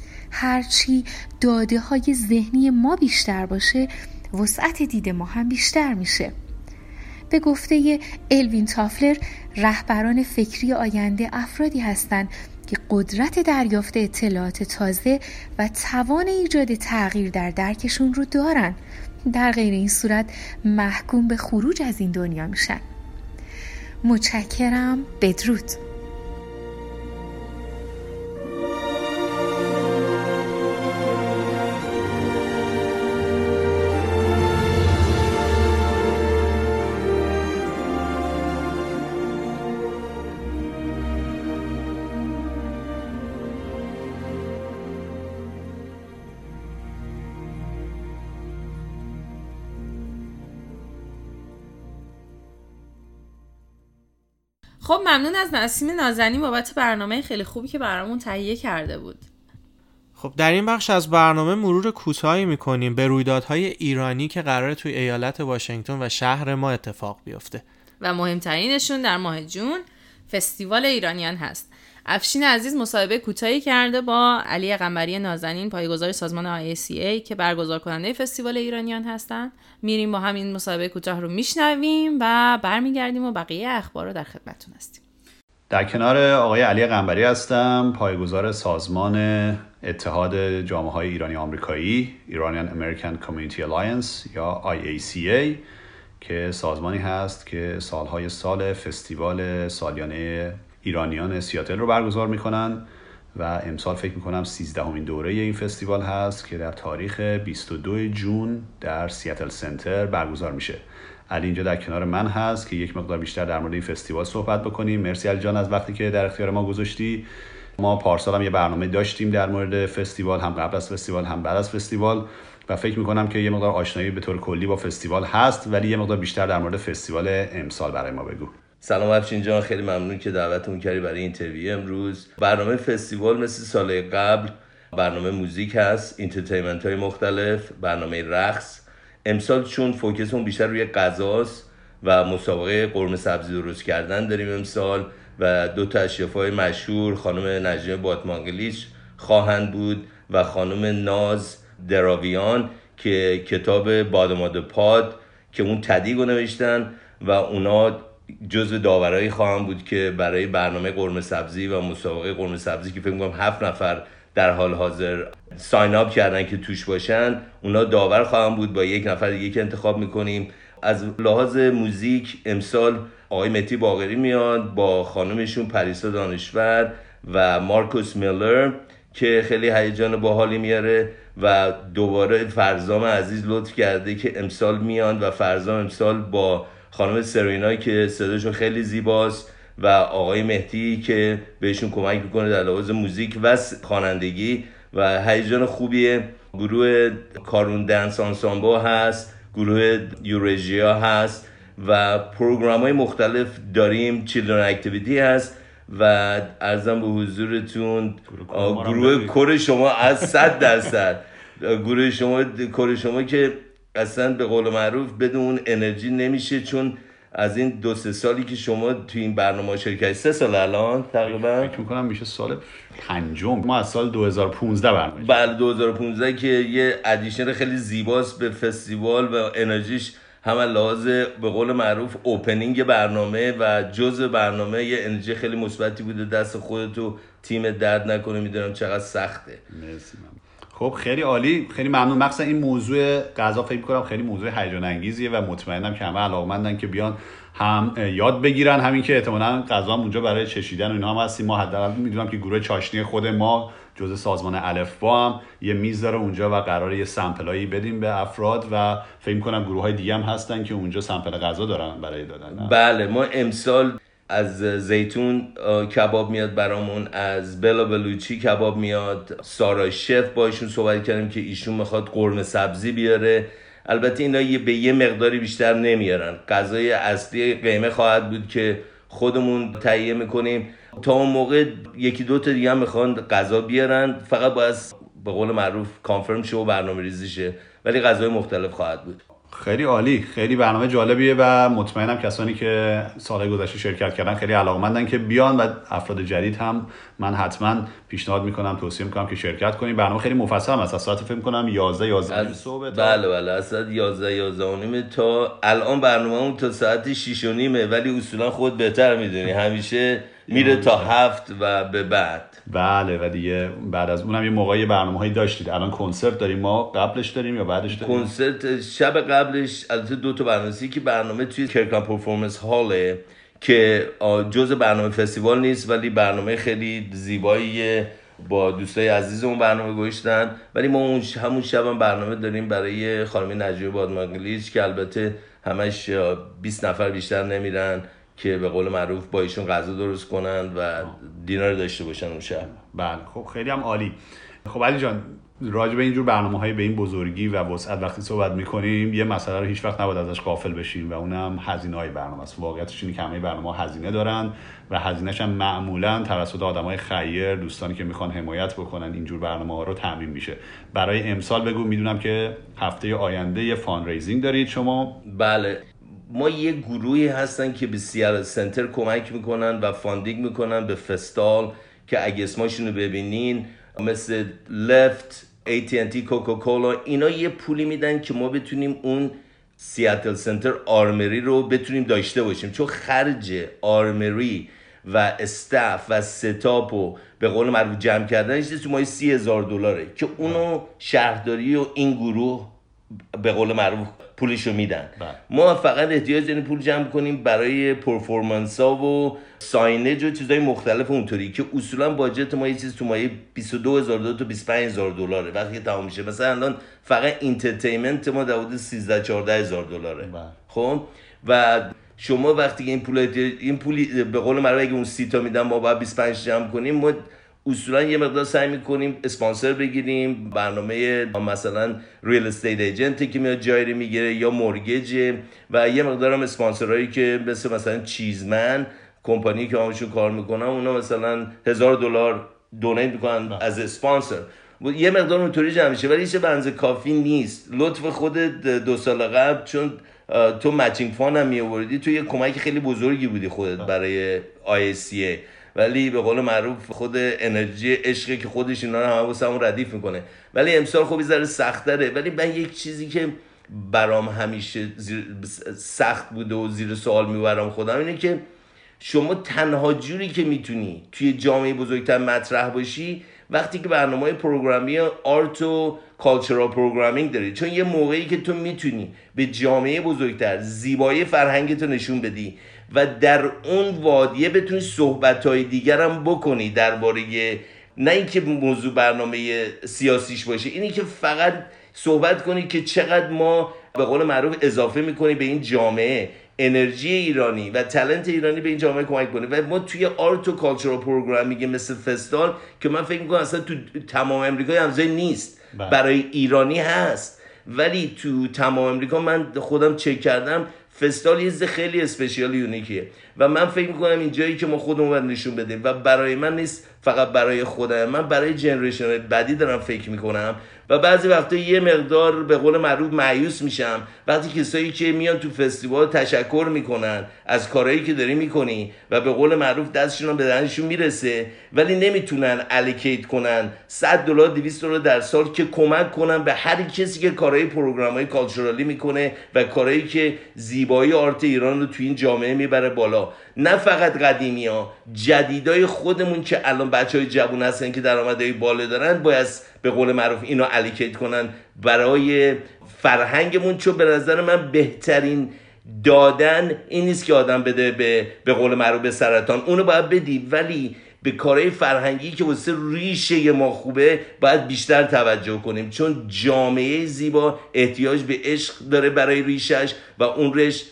هرچی داده های ذهنی ما بیشتر باشه، وسعت دید ما هم بیشتر میشه. به گفته الوین تافلر، رهبران فکری آینده افرادی هستند که قدرت دریافت اطلاعات تازه و توان ایجاد تغییر در درکشون رو دارن. در غیر این صورت محکوم به خروج از این دنیا میشن. متشکرم. بدرود. خب ممنون از نسیم نازنین بابت برنامه خیلی خوبی که برامون تهیه کرده بود. خب در این بخش از برنامه مرور کوتاهی می‌کنیم به رویدادهای ایرانی که قراره توی ایالت واشنگتن و شهر ما اتفاق بیفته و مهمترینشون در ماه جون فستیوال ایرانیان هست. افشین عزیز مصاحبه کوتاهی کرده با علی قنبری نازنین، پایه‌گذار سازمان IACA که برگزار کننده فستیوال ایرانیان هستن. میریم با همین مصاحبه کوتاه رو میشنویم و برمیگردیم و بقیه اخبار رو در خدمتتون هستیم. در کنار آقای علی قنبری هستم، پایه‌گذار سازمان اتحاد جامعه‌های ایرانی آمریکایی Iranian American Community Alliance یا IACA که سازمانی هست که سال فستیوال سالیانه ایرانیان سیاتل رو برگزار میکنن و امسال فکر میکنم 13مین دوره این فستیوال هست که در تاریخ 22 جون در سیاتل سنتر برگزار میشه. علی اینجا در کنار من هست که یک مقدار بیشتر در مورد این فستیوال صحبت بکنیم. مرسی علی جان از وقتی که در اختیار ما گذاشتی. ما پارسال هم یه برنامه داشتیم در مورد فستیوال، هم قبل از فستیوال هم بعد از فستیوال، و فکر میکنم که یه مقدار آشنایی به طور کلی با فستیوال هست، ولی یه مقدار بیشتر در مورد فستیوال امسال برای ما بگو. سلام افشین جان، خیلی ممنون که دعوتمون کردی برای اینترویو امروز. برنامه فستیوال مثل سال قبل برنامه موزیک هست، اینترتینمنت های مختلف، برنامه رقص. امسال چون فوکسمون بیشتر روی غذاست و مسابقه قرمه سبزی درست کردن داریم امسال و 2 تا از شف‌های مشهور خانم نجمه باتمانگلیچ خواهند بود و خانم ناز دراویان که کتاب باداماد پاد که اون تدیگو نوشتن و اونا جزو داورایی خواهند بود که برای برنامه قرمه سبزی و مسابقه قرمه سبزی که فکر می‌کنم 7 نفر در حال حاضر ساین اپ کردن که توش باشن، اونا داور خواهند بود با 1 نفر دیگه که انتخاب میکنیم. از لحاظ موزیک امسال آقای مهدی باقری میاد با خانمشون پریسا دانشور و مارکوس میلر که خیلی هیجان باحالی میاره و دوباره فرزام عزیز لطف کرده که امسال میان و فرزام امسال با خانم سرینایی که صداشون خیلی زیباست و آقای مهدی که بهشون کمک میکنه در لحاظ موزیک و خوانندگی و هیجان خوبیه. گروه کارون دنس آنسامبل هست، گروه یورژیا هست و پروگرام‌های مختلف داریم، چیلدرن اکتیویتی هست و عرضم به حضورتون گروه کور شما از 100% گروه شما که اصلا به قول معروف بدون انرژی نمیشه، چون از این 2-3 سالی که شما تو این برنامه شرکت 3 سال الان تقریبا فکر می‌کنم میشه سال 5م. ما از سال 2015 برنامه. بله 2015 که یه ادیشن خیلی زیباست به فستیوال و انرژیش هم لحاظ به قول معروف اوپنینگ برنامه و جزء برنامه یه انرژی خیلی مثبتی بوده. دست خودتو تیم درد نکنه، میدونم چقدر سخته. مرسی. خب خیلی عالی، خیلی ممنون. مخصوصا این موضوع غذا فکر می‌کنم خیلی موضوع هیجان انگیزیه و مطمئنم که همه علاقه‌مندن که بیان هم یاد بگیرن، همین که احتمالاً غذا اونجا برای چشیدن و اینا هم هستیم. ما حداقل میدونم که گروه چاشنی خود ما جزء سازمان الفبا هم یه میز داره اونجا و قراره یه سامپلایی بدیم به افراد و فکر می‌کنم گروه‌های دیگه هم هستن که اونجا سامپل غذا دارن برای دادن. بله ما امسال از زیتون کباب میاد برامون، از بلا بلوچی کباب میاد، سارا شف باشون صحبت کردیم که ایشون میخواد قرمه سبزی بیاره. البته اینا به یه مقداری بیشتر نمیارن، غذای اصلی قیمه خواهد بود که خودمون تهیه میکنیم. تا اون موقع 1-2 تا دیگه هم میخوان غذا بیارن، فقط باید به قول معروف کانفرم شه و برنامه ریزی شه، ولی غذای مختلف خواهد بود. خیلی عالی، خیلی برنامه جالبیه و مطمئنم کسانی که سالهای گذشته شرکت کردن خیلی علاقه‌مندن که بیان و افراد جدید هم من حتما پیشنهاد میکنم، توصیه میکنم که شرکت کنید. برنامه خیلی مفصل است، از ساعت فکر میکنم 11 صبح بله از ساعت 11 تا الان برنامه‌مون تا ساعت 6:30، ولی اصولا خود بهتر میدونی همیشه میره تا 7 و به بعد. بله و دیگه بعد از اونم یه موقعی برنامه‌هایی داشتید. الان کنسرت داریم، ما قبلش داریم یا بعدش داریم؟ کنسرت شب قبلش البته 2 تا برنامه‌ای که برنامه توی کرکلند پرفورمنس هاله که جزء برنامه فستیوال نیست ولی برنامه خیلی زیباییه، با دوستای عزیزمون برنامه گذاشتن. ولی ما همون شب هم برنامه داریم برای خانم نجمه بادمانگلیچ که البته همش 20 نفر بیشتر نمیرن که به قول معروف با ایشون غذا درست کنن و دینر داشته باشن اون شب. بله خب خیلی هم عالی. خب علی جان، راجع به اینجور برنامه‌های به این بزرگی و وسعت وقتی صحبت می‌کنیم، یه مسئله رو هیچ وقت نباید ازش غافل بشیم و اونم هزینه‌های برنامه است. واقعیتش اینه که همه برنامه‌ها هزینه دارن و هزینه‌ش هم معمولاً توسط آدمای خیر، دوستانی که میخوان حمایت بکنن اینجور برنامه‌ها رو تامین میشه. برای امسال بگو، میدونم که هفته آینده یه فاندریزینگ دارید شما. بله، ما یه گروهی هستن که به سیاتل سنتر کمک میکنن و فاندینگ میکنن به فستال که اگه اسمشون رو ببینین مثل لفت، AT&T، کوکاکولا، اینا یه پولی میدن که ما بتونیم اون سیاتل سنتر آرمری رو بتونیم داشته باشیم، چون خرج آرمری و استاف و ستاپ و به قول معروف جمع کردنش تو ماهی $30,000 که اونو شهرداری و این گروه به قول معروف پولشو میدن. ما فقط احتیاج داریم پول جمع کنیم برای پرفورمنس ها و ساینج و چیزای مختلف اونطوری که اصولا باجت ما یه چیز تو مایه $22,000 تا $25,000 وقتی تمام میشه. مثلا الان فقط اینترتینمنت ما در حدود $13,000-14,000. خب و شما وقتی این پول به قول معروف اگه اون 30 تا میدن ما باید 25 جمع کنیم، ما اصولا یه مقدار سعی میکنیم اسپانسر بگیریم، برنامه مثلا ریل استیت ایجنتی که میاد جایی میگیره یا مورگیج، و یه مقدار هم اسپانسرایی که مثلا چیزمن کمپانی که همشون کار میکنن اونا مثلا $1,000 دونیت میکنن از اسپانسر. یه مقدار اونطوری جمع میشه، ولی هیچ بنز کافی نیست. لطف خودت 2 سال قبل چون تو مچینگ فان هم میآوردی، تو یه کمک خیلی بزرگی بودی خودت برای IACA، ولی به قول معروف خود انرژی عشقی که خودش اینا رو همه واسمون ردیف میکنه. ولی امسال خب ذره سخت‌تره، ولی من یک چیزی که برام همیشه سخت بوده و زیر سوال میبرم خودم اینه که شما تنها جوری که میتونی توی جامعه بزرگتر مطرح باشی وقتی که برنامه‌های پروگرامی آرت و کالچرال پروگرامینگ داری، چون یه موقعی که تو میتونی به جامعه بزرگتر زیبایی فرهنگتو نشون بدی و در اون وادیه بتونی صحبت‌های دیگر هم بکنی درباره نه اینکه موضوع برنامه سیاسیش باشه، اینی که فقط صحبت کنی که چقدر ما به قول معروف اضافه میکنی به این جامعه، انرژی ایرانی و تالنت ایرانی به این جامعه کمک کنه. و ما توی آرت و کالچرال پروگرامینگ مثل فستال که من فکر میکنم اصلا تو تمام امریکا همزه نیست، برای ایرانی هست، ولی تو تمام امریکا من خودم چک کردم فستال یه خیلی اسپشیال یونیکیه و من فکر میکنم این جایی که ما خودمون نشون بدیم و برای من نیست فقط برای خودم، من برای جنریشن بعدی دارم فکر میکنم و بعضی وقتا یه مقدار به قول معروف مایوس میشم وقتی کسایی که میان تو فستیوال تشکر میکنن از کارهایی که داری میکنی و به قول معروف دستشون به دهنشون میرسه ولی نمیتونن الیکیت کنن $100 $200 در سال که کمک کنن به هر کسی که کارهای پروگرامای کالچورالی میکنه و کارهایی که زیبایی آرت ایران رو تو این جامعه میبره بالا. نه فقط قدیمی‌ها، جدیدای خودمون که الان بچهای جوون هستن که درآمدهای بالا دارن باید به قول معروف اینو الیکیت کنن برای فرهنگمون، چون به نظر من بهترین دادن این نیست که آدم بده به قول معروف به سرطان، اونو باید بدی، ولی به کارهای فرهنگی که واسه ریشه ما خوبه باید بیشتر توجه کنیم، چون جامعه زیبا احتیاج به عشق داره برای ریشش و اون ریش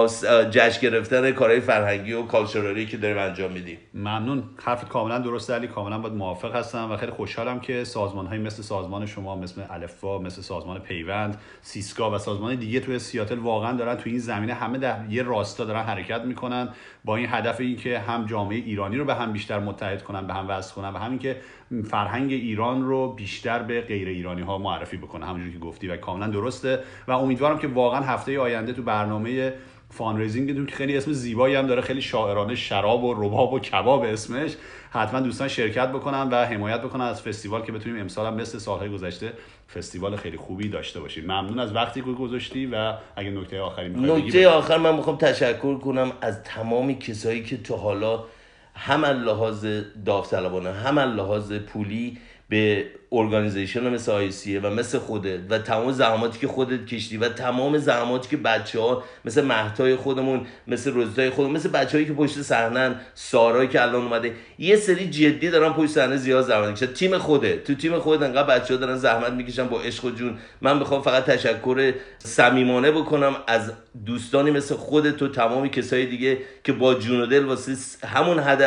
جشن گرفتن کارهای فرهنگی و کالچورالی که داریم انجام میدیم. ممنون، حرفت کاملا درسته علی، کاملا باید موافق هستم و خیلی خوشحالم که سازمان‌های مثل سازمان شما، مثل الفبا، مثل سازمان پیوند، سیسکا و سازمان دیگه توی سیاتل واقعا دارن توی این زمینه همه در یه راستا دارن حرکت میکنن با این هدف این که هم جامعه ایرانی رو به هم بیشتر متحد کنن، به هم وصل کنن و همین که فرهنگ ایران رو بیشتر به غیر ایرانی ها معرفی بکنه، همونجوری که گفتی و کاملا درسته و امیدوارم که واقعا هفته آینده تو برنامه فاندریزینگ که خیلی اسم زیبایی هم داره، خیلی شاعرانه، شراب و رباب و کباب اسمش، حتما دوستان شرکت بکنن و حمایت بکنن از فستیوال که بتونیم امسال هم مثل سالهای گذشته فستیوال خیلی خوبی داشته باشیم. ممنون از وقتی که گذاشتی و اگه نکته آخری می‌خوای بگی. نکته آخر من میخوام تشکر کنم از تمام کسایی که تا حالا هم از لحاظ داوطلبانه هم از لحاظ پولی به ارگانیزیشن مثل IACA و مثل خودت و تمام زحماتی که خودت کشیدی و تمام زحماتی که بچه‌ها مثل مهدای خودمون، مثل روزای خودمون، مثل بچه‌هایی که پشت صحنه، سارا که الان اومده، یه سری جدی دارن پشت صحنه زیاد زحمت میکشن. تیم خودت، تو تیم خودت انقدر بچه‌ها دارن زحمت میکشن با عشق و جون. من میخوام فقط تشکر صمیمانه بکنم از دوستانی مثل خودت و تمام کسای دیگه که با جون و دل واسه همون هدف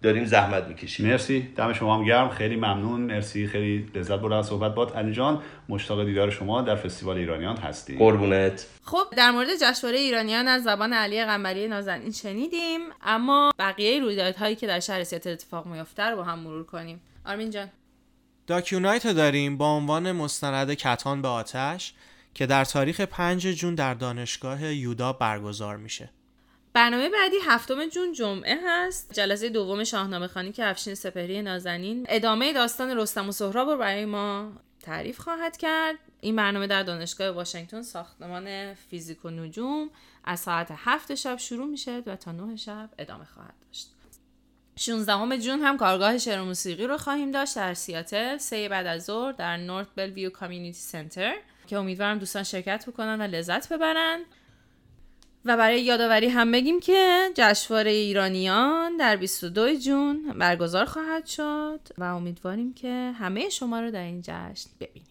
داریم زحمت میکشیم. مرسی، دم شما هم گرم، خیلی ممنون، مرسی، خیلی لذت بردم صحبت باهات علی جان. مشتاق دیدار شما در فستیوال ایرانیان هستیم. قربونت. خب در مورد جشنواره ایرانیان از زبان علی قنبری نازنین شنیدیم، اما بقیه رویدادهایی که در شهر سیاتل اتفاق میفته رو با هم مرور کنیم. آرمین جان. داکیونایت داریم با عنوان مستند کتان به آتش که در تاریخ 5 جون در دانشگاه یودا برگزار میشه. برنامه بعدی 7 جون جمعه هست. جلسه دوم شاهنامه خوانی که افشین سپهری نازنین ادامه داستان رستم و سهراب رو برای ما تعریف خواهد کرد. این برنامه در دانشگاه واشنگتن ساختمان فیزیک و نجوم از ساعت 7 شب شروع میشه و تا 9 شب ادامه خواهد داشت. 16 جون هم کارگاه شعر و موسیقی رو خواهیم داشت در سیاتل 3 بعد از ظهر در نورت بلویو کامیونیتی سنتر که امیدوارم دوستان شرکت بکنن و لذت ببرن. و برای یادآوری هم بگیم که جشنواره ایرانیان در 22 جون برگزار خواهد شد و امیدواریم که همه شما رو در این جشن ببینیم.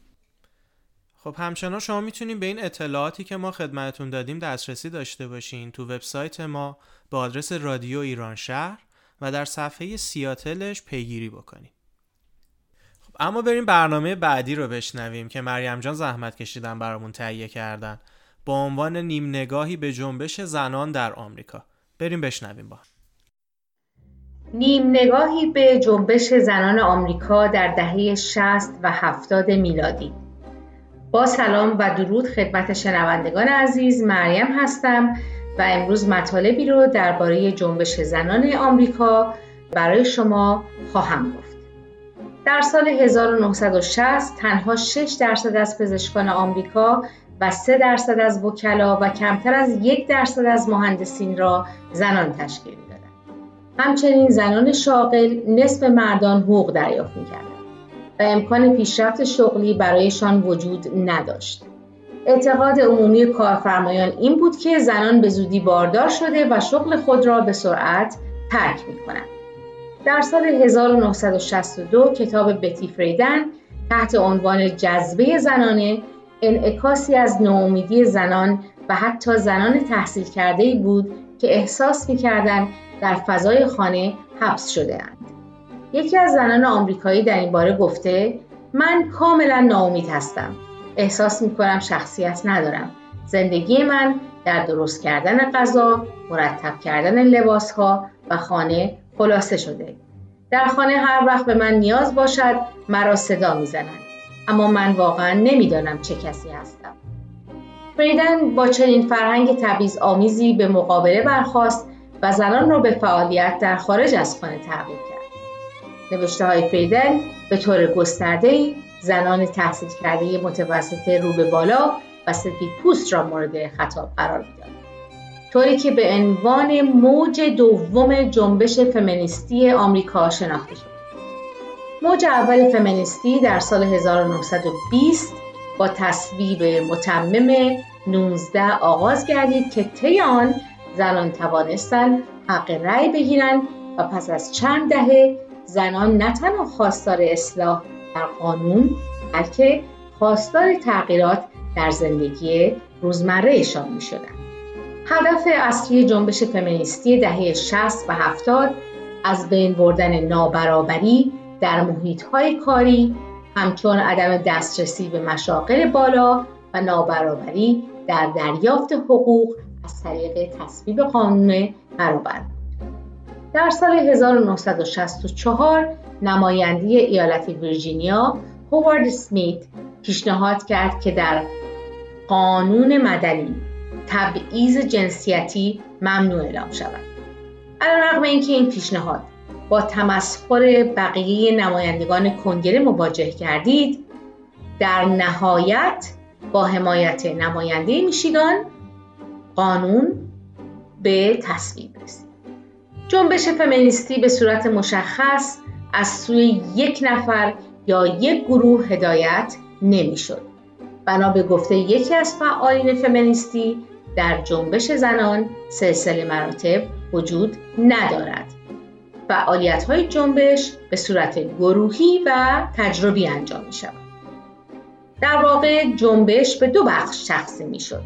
خب همچنان شما میتونید به این اطلاعاتی که ما خدمتتون دادیم دسترسی داشته باشین تو وبسایت ما به آدرس رادیو ایران شهر و در صفحه سیاتلش پیگیری بکنید. خب اما بریم برنامه بعدی رو بشنویم که مریم جان زحمت کشیدن برامون تهیه کردن با عنوان نیم نگاهی به جنبش زنان در آمریکا. بریم بشنویم با هم. نیم نگاهی به جنبش زنان آمریکا در دهه 60 و 70 میلادی. با سلام و درود خدمت شنوندگان عزیز، مریم هستم و امروز مطالبی رو درباره جنبش زنان آمریکا برای شما خواهم گفت. در سال 1960 تنها 6% از پزشکان آمریکا و 3% از وکلا و کمتر از 1% از مهندسین را زنان تشکیل می‌دادند. همچنین زنان شاغل نصف مردان حقوق دریافت می‌کردند و امکان پیشرفت شغلی برایشان وجود نداشت. اعتقاد عمومی کارفرمایان این بود که زنان به زودی باردار شده و شغل خود را به سرعت ترک می‌کنند. در سال 1962 کتاب بتی فریدن تحت عنوان جذبه زنانه انعکاسی از ناامیدی زنان و حتی زنان تحصیل کرده‌ای بود که احساس می‌کردند در فضای خانه حبس شده‌اند. یکی از زنان آمریکایی در این باره گفته: من کاملا ناامید هستم. احساس می‌کنم شخصیت ندارم. زندگی من در درست کردن غذا، مرتب کردن لباس‌ها و خانه خلاصه شده. در خانه هر وقت به من نیاز باشد مرا صدا می‌زنند. اما من واقعا نمیدانم چه کسی هستم. فریدن با چنین فرهنگ تبعیض‌آمیزی به مقابله برخاست و زنان را به فعالیت در خارج از خانه ترغیب کرد. نوشته‌های فریدن به طور گسترده‌ای زنان تحصیل کرده متوسط رو به بالا و سفیدپوست را مورد خطاب قرار می‌داد، طوری که به عنوان موج دوم جنبش فمینیستی آمریکا شناخته شد. موج اول فمینیستی در سال 1920 با تصویب متمم 19 آغاز گردید که طی آن زنان توانستند حق رأی بگیرند و پس از چند دهه زنان نه تنها خواستار اصلاح در قانون بلکه خواستار تغییرات در زندگی روزمرهشان می‌شدند. هدف اصلی جنبش فمینیستی دهه 60 و 70 از بین بردن نابرابری در محیط‌های کاری همچون عدم دسترسی به مشاغل بالا و نابرابری در دریافت حقوق از طریق تصویب قانون برابر. در سال 1964 نماینده ایالت ویرجینیا هوارد اسمیت پیشنهاد کرد که در قانون مدنی تبعیض جنسیتی ممنوع اعلام شود. علیرغم اینکه این پیشنهاد با تمسخر بقیه نمایندگان کنگره مواجه گردید، در نهایت با حمایت نماینده میشیگان قانون به تصویب رسید. جنبش فمینیستی به صورت مشخص از سوی یک نفر یا یک گروه هدایت نمیشد. بنا به گفته یکی از فعالین فمینیستی در جنبش زنان سلسله مراتب وجود ندارد. فعالیت‌های جنبش به صورت گروهی و تجربی انجام می‌شود. در واقع جنبش به دو بخش تقسیم می‌شد: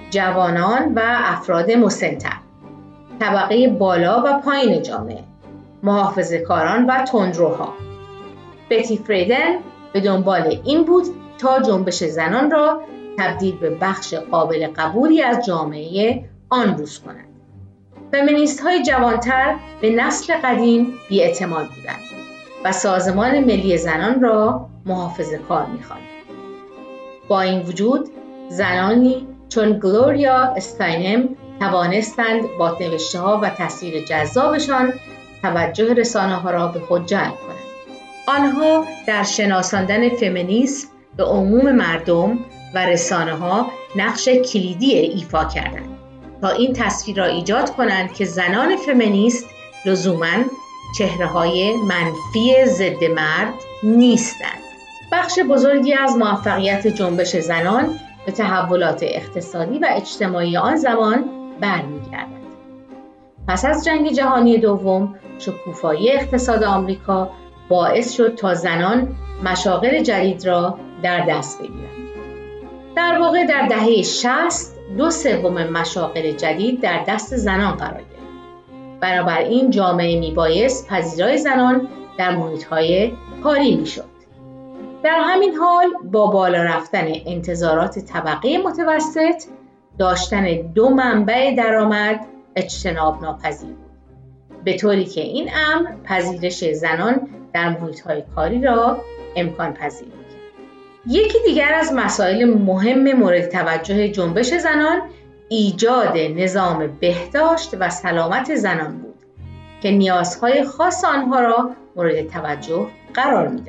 جوانان و افراد مسن‌تر، طبقه بالا و پایین جامعه. محافظه‌کاران و تندروها. بتی فریدن به دنبال این بود تا جنبش زنان را تبدیل به بخش قابل قبولی از جامعه آن روز کنند. فمینیست‌های جوانتر به نسل قدیم بی‌اعتماد بودند و سازمان ملی زنان را محافظه‌کار می‌خواندند. با این وجود زنانی چون گلوریا استاینم توانستند با نوشته‌ها و تصویر جذابشان توجه رسانه‌ها را به خود جلب کنند. آنها در شناساندن فمینیسم به عموم مردم و رسانه‌ها نقش کلیدی ایفا کردند تا این تصویر را ایجاد کنند که زنان فمینیست لزوماً چهره‌های منفی ضد مرد نیستند. بخش بزرگی از موفقیت جنبش زنان به تحولات اقتصادی و اجتماعی آن زمان برمی‌گردد. پس از جنگ جهانی دوم، شکوفایی اقتصاد آمریکا باعث شد تا زنان مشاغل جدید را در دست بگیرند. در واقع در دهه 60 2/3 مشاغل جدید در دست زنان قرار گرفت. بنابراین جامعه میبایست پذیرای زنان در محیط‌های کاری میشد. در همین حال با بالا رفتن انتظارات طبقه متوسط، داشتن 2 منبع درآمد اجتناب ناپذیر بود، به طوری که این امر پذیرش زنان در محیط‌های کاری را امکان پذیر می‌کرد. یکی دیگر از مسائل مهم مورد توجه جنبش زنان ایجاد نظام بهداشت و سلامت زنان بود که نیازهای خاص آنها را مورد توجه قرار می‌داد.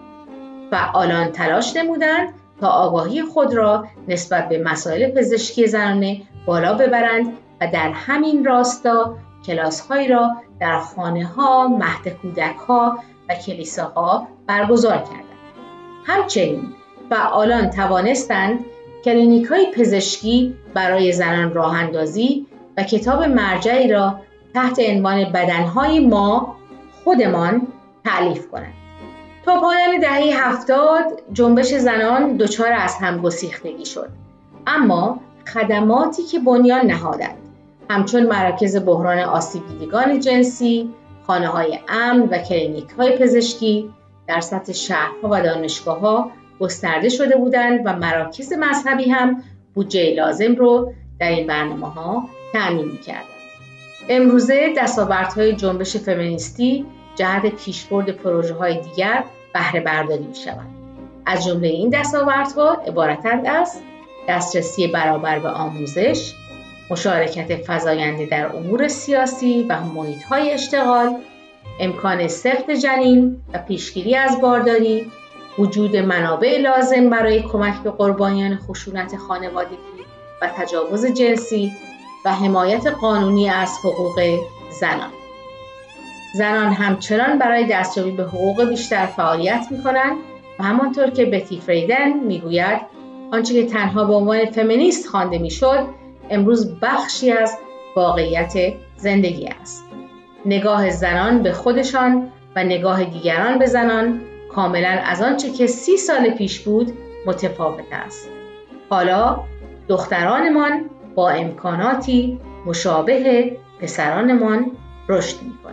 فعالان تلاش نمودند تا آگاهی خود را نسبت به مسائل پزشکی زنانه بالا ببرند و در همین راستا کلاس‌هایی را در خانه‌ها، مهد کودک‌ها و کلیساها برگزار کردند. همچنین فعالان توانستند کلینیک‌های پزشکی برای زنان راه‌اندازی و کتاب مرجعی را تحت عنوان بدن‌های ما خودمان تألیف کنند. تا پایان دهه 70 جنبش زنان دچار از هم گسیختگی شد، اما خدماتی که بنیان نهادند همچون مراکز بحران آسیب دیدگان جنسی، خانه‌های امن و کلینیک‌های پزشکی در سطح شهرها و دانشگاه‌ها گسترده شده بودند و مراکز مذهبی هم بودجه لازم رو در این برنامه‌ها تأمین می‌کردند. امروزه دستاوردهای جنبش فمینیستی جهت پیشبرد پروژه‌های دیگر بهره برداری می‌شوند. از جمله این دستاوردها عبارتند از دسترسی برابر به آموزش، مشارکت فزاینده در امور سیاسی و محیط‌های اشتغال، امکان سقط جنین و پیشگیری از بارداری، وجود منابع لازم برای کمک به قربانیان خشونت خانوادگی و تجاوز جنسی و حمایت قانونی از حقوق زنان. زنان همچنان برای دستیابی به حقوق بیشتر فعالیت می‌کنند و همانطور که بتی فریدن میگوید آنچه که تنها به عنوان فمینیست خوانده میشد امروز بخشی از واقعیت زندگی است. نگاه زنان به خودشان و نگاه دیگران به زنان کاملا از آنچه که 30 سال پیش بود متفاوت است. حالا دخترانمان با امکاناتی مشابه پسرانمان رشد می‌کنند.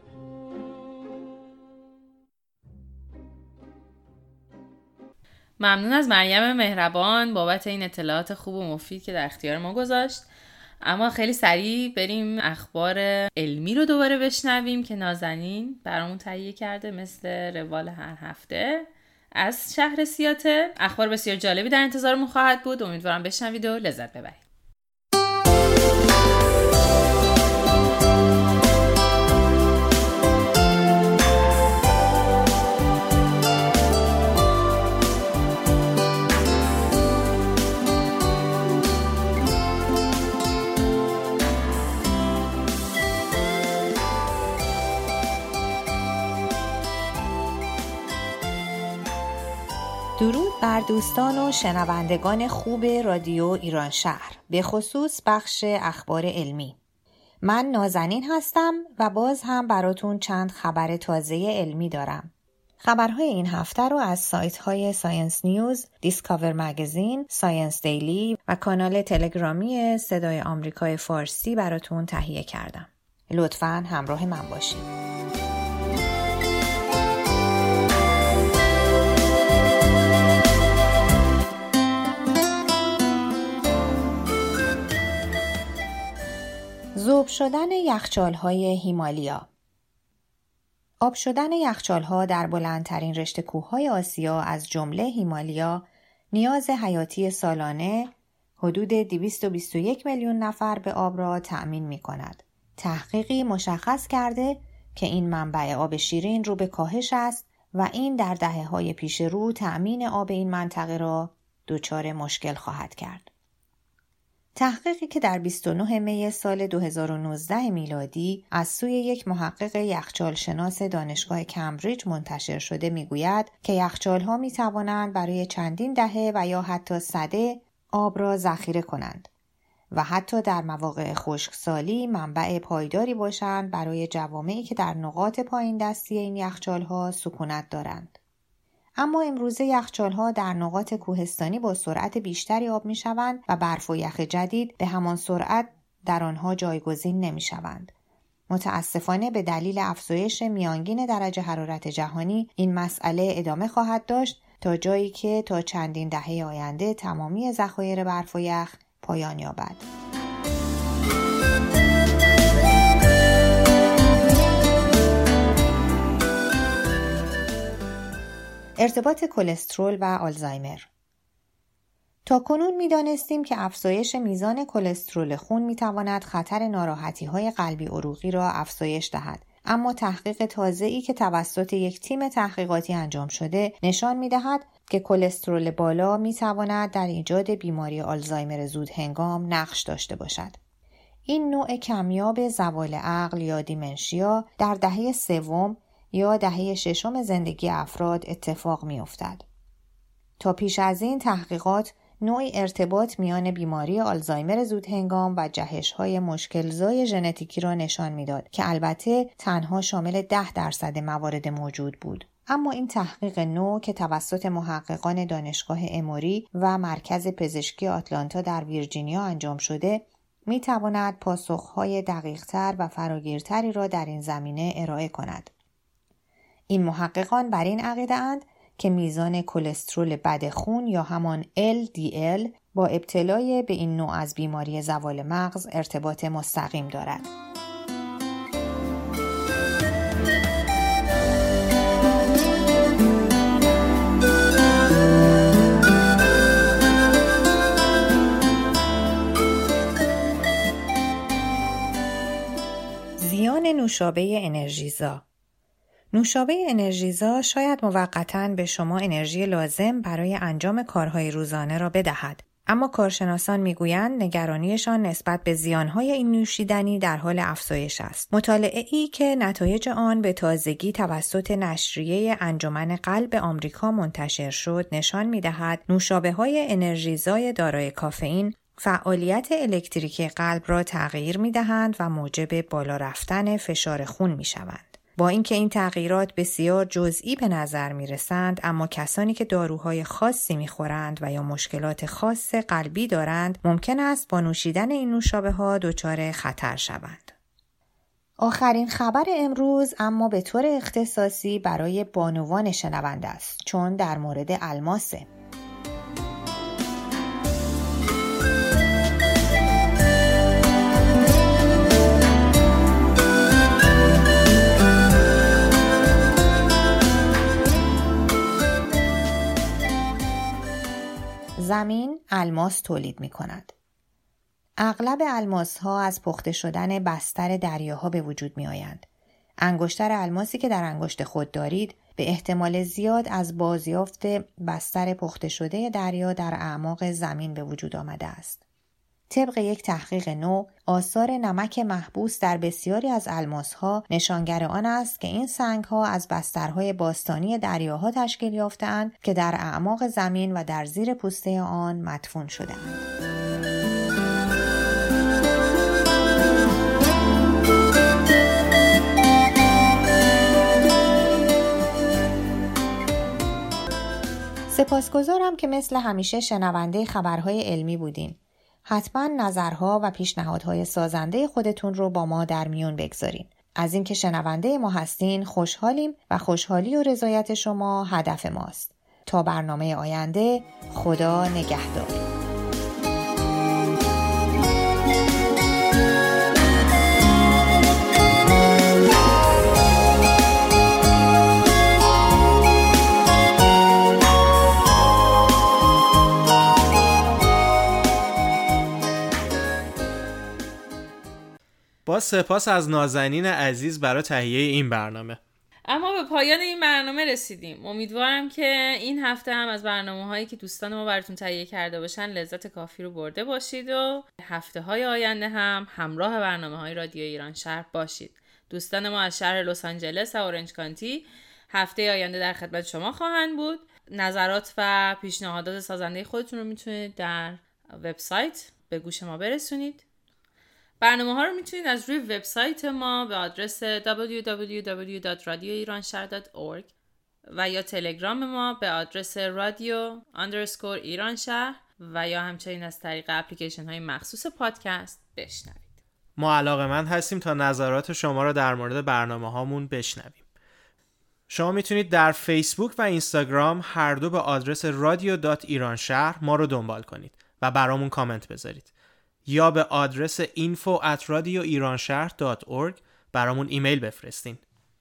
ممنون از مریم مهربان بابت این اطلاعات خوب و مفید که در اختیار ما گذاشت. اما خیلی سریع بریم اخبار علمی رو دوباره بشنویم که نازنین برامون تهیه کرده مثل روال هر هفته از شهر سیاتل. اخبار بسیار جالبی در انتظارمون خواهد بود. امیدوارم بشنوید و لذت ببرید. درود بر دوستان و شنوندگان خوب رادیو ایران شهر، به خصوص بخش اخبار علمی. من نازنین هستم و باز هم براتون چند خبر تازه علمی دارم. خبرهای این هفته رو از سایت‌های ساینس نیوز، دیسکاور مگزین، ساینس دیلی و کانال تلگرامی صدای آمریکای فارسی براتون تهیه کردم. لطفاً همراه من باشید. ذوب شدن یخچال‌های هیمالیا. آب شدن یخچال‌ها در بلندترین رشته کوه‌های آسیا از جمله هیمالیا نیاز حیاتی سالانه حدود 221 میلیون نفر به آب را تأمین می‌کند. تحقیقی مشخص کرده که این منبع آب شیرین رو به کاهش است و این در دهه‌های پیش رو تأمین آب این منطقه را دچار مشکل خواهد کرد. تحقیقی که در 29 می سال 2019 میلادی از سوی یک محقق یخچال شناس دانشگاه کمبریج منتشر شده میگوید که یخچال‌ها میتوانند برای چندین دهه و یا حتی سده آب را ذخیره کنند و حتی در مواقع خشکسالی منبع پایداری باشند برای جوامعی که در نقاط پایین دستی این یخچال‌ها سکونت دارند. اما امروزه یخچال‌ها در نقاط کوهستانی با سرعت بیشتری آب می‌شوند و برف و یخ جدید به همان سرعت در آنها جایگزین نمی‌شوند. متاسفانه به دلیل افزایش میانگین درجه حرارت جهانی این مسئله ادامه خواهد داشت تا جایی که تا چندین دهه آینده تمامی ذخایر برف و یخ پایان یابد. ارتباط کلسترول و آلزایمر. تا کنون می دانستیم که افزایش میزان کلسترول خون می تواند خطر ناراحتی‌های قلبی عروقی را افزایش دهد. اما تحقیق تازه‌ای که توسط یک تیم تحقیقاتی انجام شده نشان می دهد که کلسترول بالا می تواند در ایجاد بیماری آلزایمر زود هنگام نقش داشته باشد. این نوع کمیاب زوال عقل یا دیمنشیا در دهه سوم یا دهه ششم زندگی افراد اتفاق می افتد. تا پیش از این تحقیقات نوعی ارتباط میان بیماری آلزایمر زودهنگام و جهش‌های مشکل‌زای ژنتیکی را نشان می‌داد که البته تنها شامل 10% موارد موجود بود. اما این تحقیق نو که توسط محققان دانشگاه اموری و مرکز پزشکی آتلانتا در ویرجینیا انجام شده می‌تواند پاسخ‌های دقیق‌تر و فراگیرتری را در این زمینه ارائه کند. این محققان بر این عقیده اند که میزان کلسترول بد خون یا همان LDL با ابتلای به این نوع از بیماری زوال مغز ارتباط مستقیم دارد. زیان نوشابه انرژیزا. نوشابه انرژیزا شاید موقتاً به شما انرژی لازم برای انجام کارهای روزانه را بدهد، اما کارشناسان میگویند نگرانیشان نسبت به زیانهای این نوشیدنی در حال افزایش است. مطالعه‌ای که نتایج آن به تازگی توسط نشریه انجمن قلب آمریکا منتشر شد نشان میدهد نوشابه‌های انرژیزای دارای کافئین فعالیت الکتریکی قلب را تغییر میدهند و موجب بالا رفتن فشار خون میشوند. با اینکه این تغییرات بسیار جزئی به نظر می رسند، اما کسانی که داروهای خاصی می خورند و یا مشکلات خاص قلبی دارند ممکن است با نوشیدن این نوشابه ها دچار خطر شوند. آخرین خبر امروز اما به طور اختصاصی برای بانوان شنونده است، چون در مورد الماسه. زمین الماس تولید می کند. اغلب الماس ها از پخته شدن بستر دریاها به وجود می آیند. انگشتر الماسی که در انگشت خود دارید به احتمال زیاد از بازیافت بستر پخته شده دریا در اعماق زمین به وجود آمده است. طبق یک تحقیق نو، آثار نمک محبوس در بسیاری از الماس‌ها نشانگر آن است که این سنگ‌ها از بسترهای باستانی دریاها تشکیل یافته‌اند که در اعماق زمین و در زیر پوسته آن مدفون شده‌اند. سپاسگزارم که مثل همیشه شنونده خبرهای علمی بودین. حتما نظرها و پیشنهادهای سازنده خودتون رو با ما در میون بگذارین. از اینکه شنونده ما هستین خوشحالیم و خوشحالی و رضایت شما هدف ماست. تا برنامه آینده، خدا نگهدار. با سپاس از نازنین عزیز برای تهیه این برنامه. اما به پایان این برنامه رسیدیم. امیدوارم که این هفته هم از برنامه‌هایی که دوستان ما براتون تهیه کرده باشن لذت کافی رو برده باشید و هفته‌های آینده هم همراه برنامه‌های رادیو ایران شهر باشید. دوستان ما از شهر لس آنجلس و اورنج کانتی هفته آینده در خدمت شما خواهند بود. نظرات و پیشنهادات سازنده خودتون رو میتونید در وبسایت به گوش ما برسونید. برنامه ها رو میتونید از روی وبسایت ما به آدرس www.radioiranshahr.org و یا تلگرام ما به آدرس radio_ایرانشهر و یا همچنین از طریق اپلیکیشن های مخصوص پادکست بشنوید. ما علاقه‌مند هستیم تا نظرات شما رو در مورد برنامه هامون بشنویم. شما میتونید در فیسبوک و اینستاگرام هر دو به آدرس radio.ایرانشهر ما رو دنبال کنید و برامون کامنت بذارید. یا به آدرس info@radioiranshahr.org برامون ایمیل بفرستین.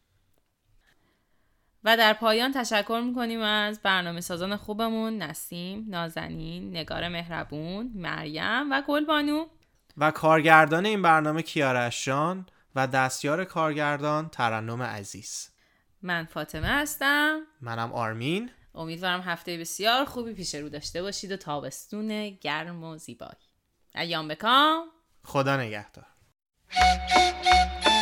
و در پایان تشکر میکنیم از برنامه سازان خوبمون نسیم، نازنین، نگار مهربون، مریم و گلبانو و کارگردان این برنامه کیارش جان و دستیار کارگردان ترنم عزیز. من فاطمه هستم. منم آرمین. امیدوارم هفته بسیار خوبی پیش رو داشته باشید و تابستون گرم و زیبایی. ایام بکام. خدا نگهدار.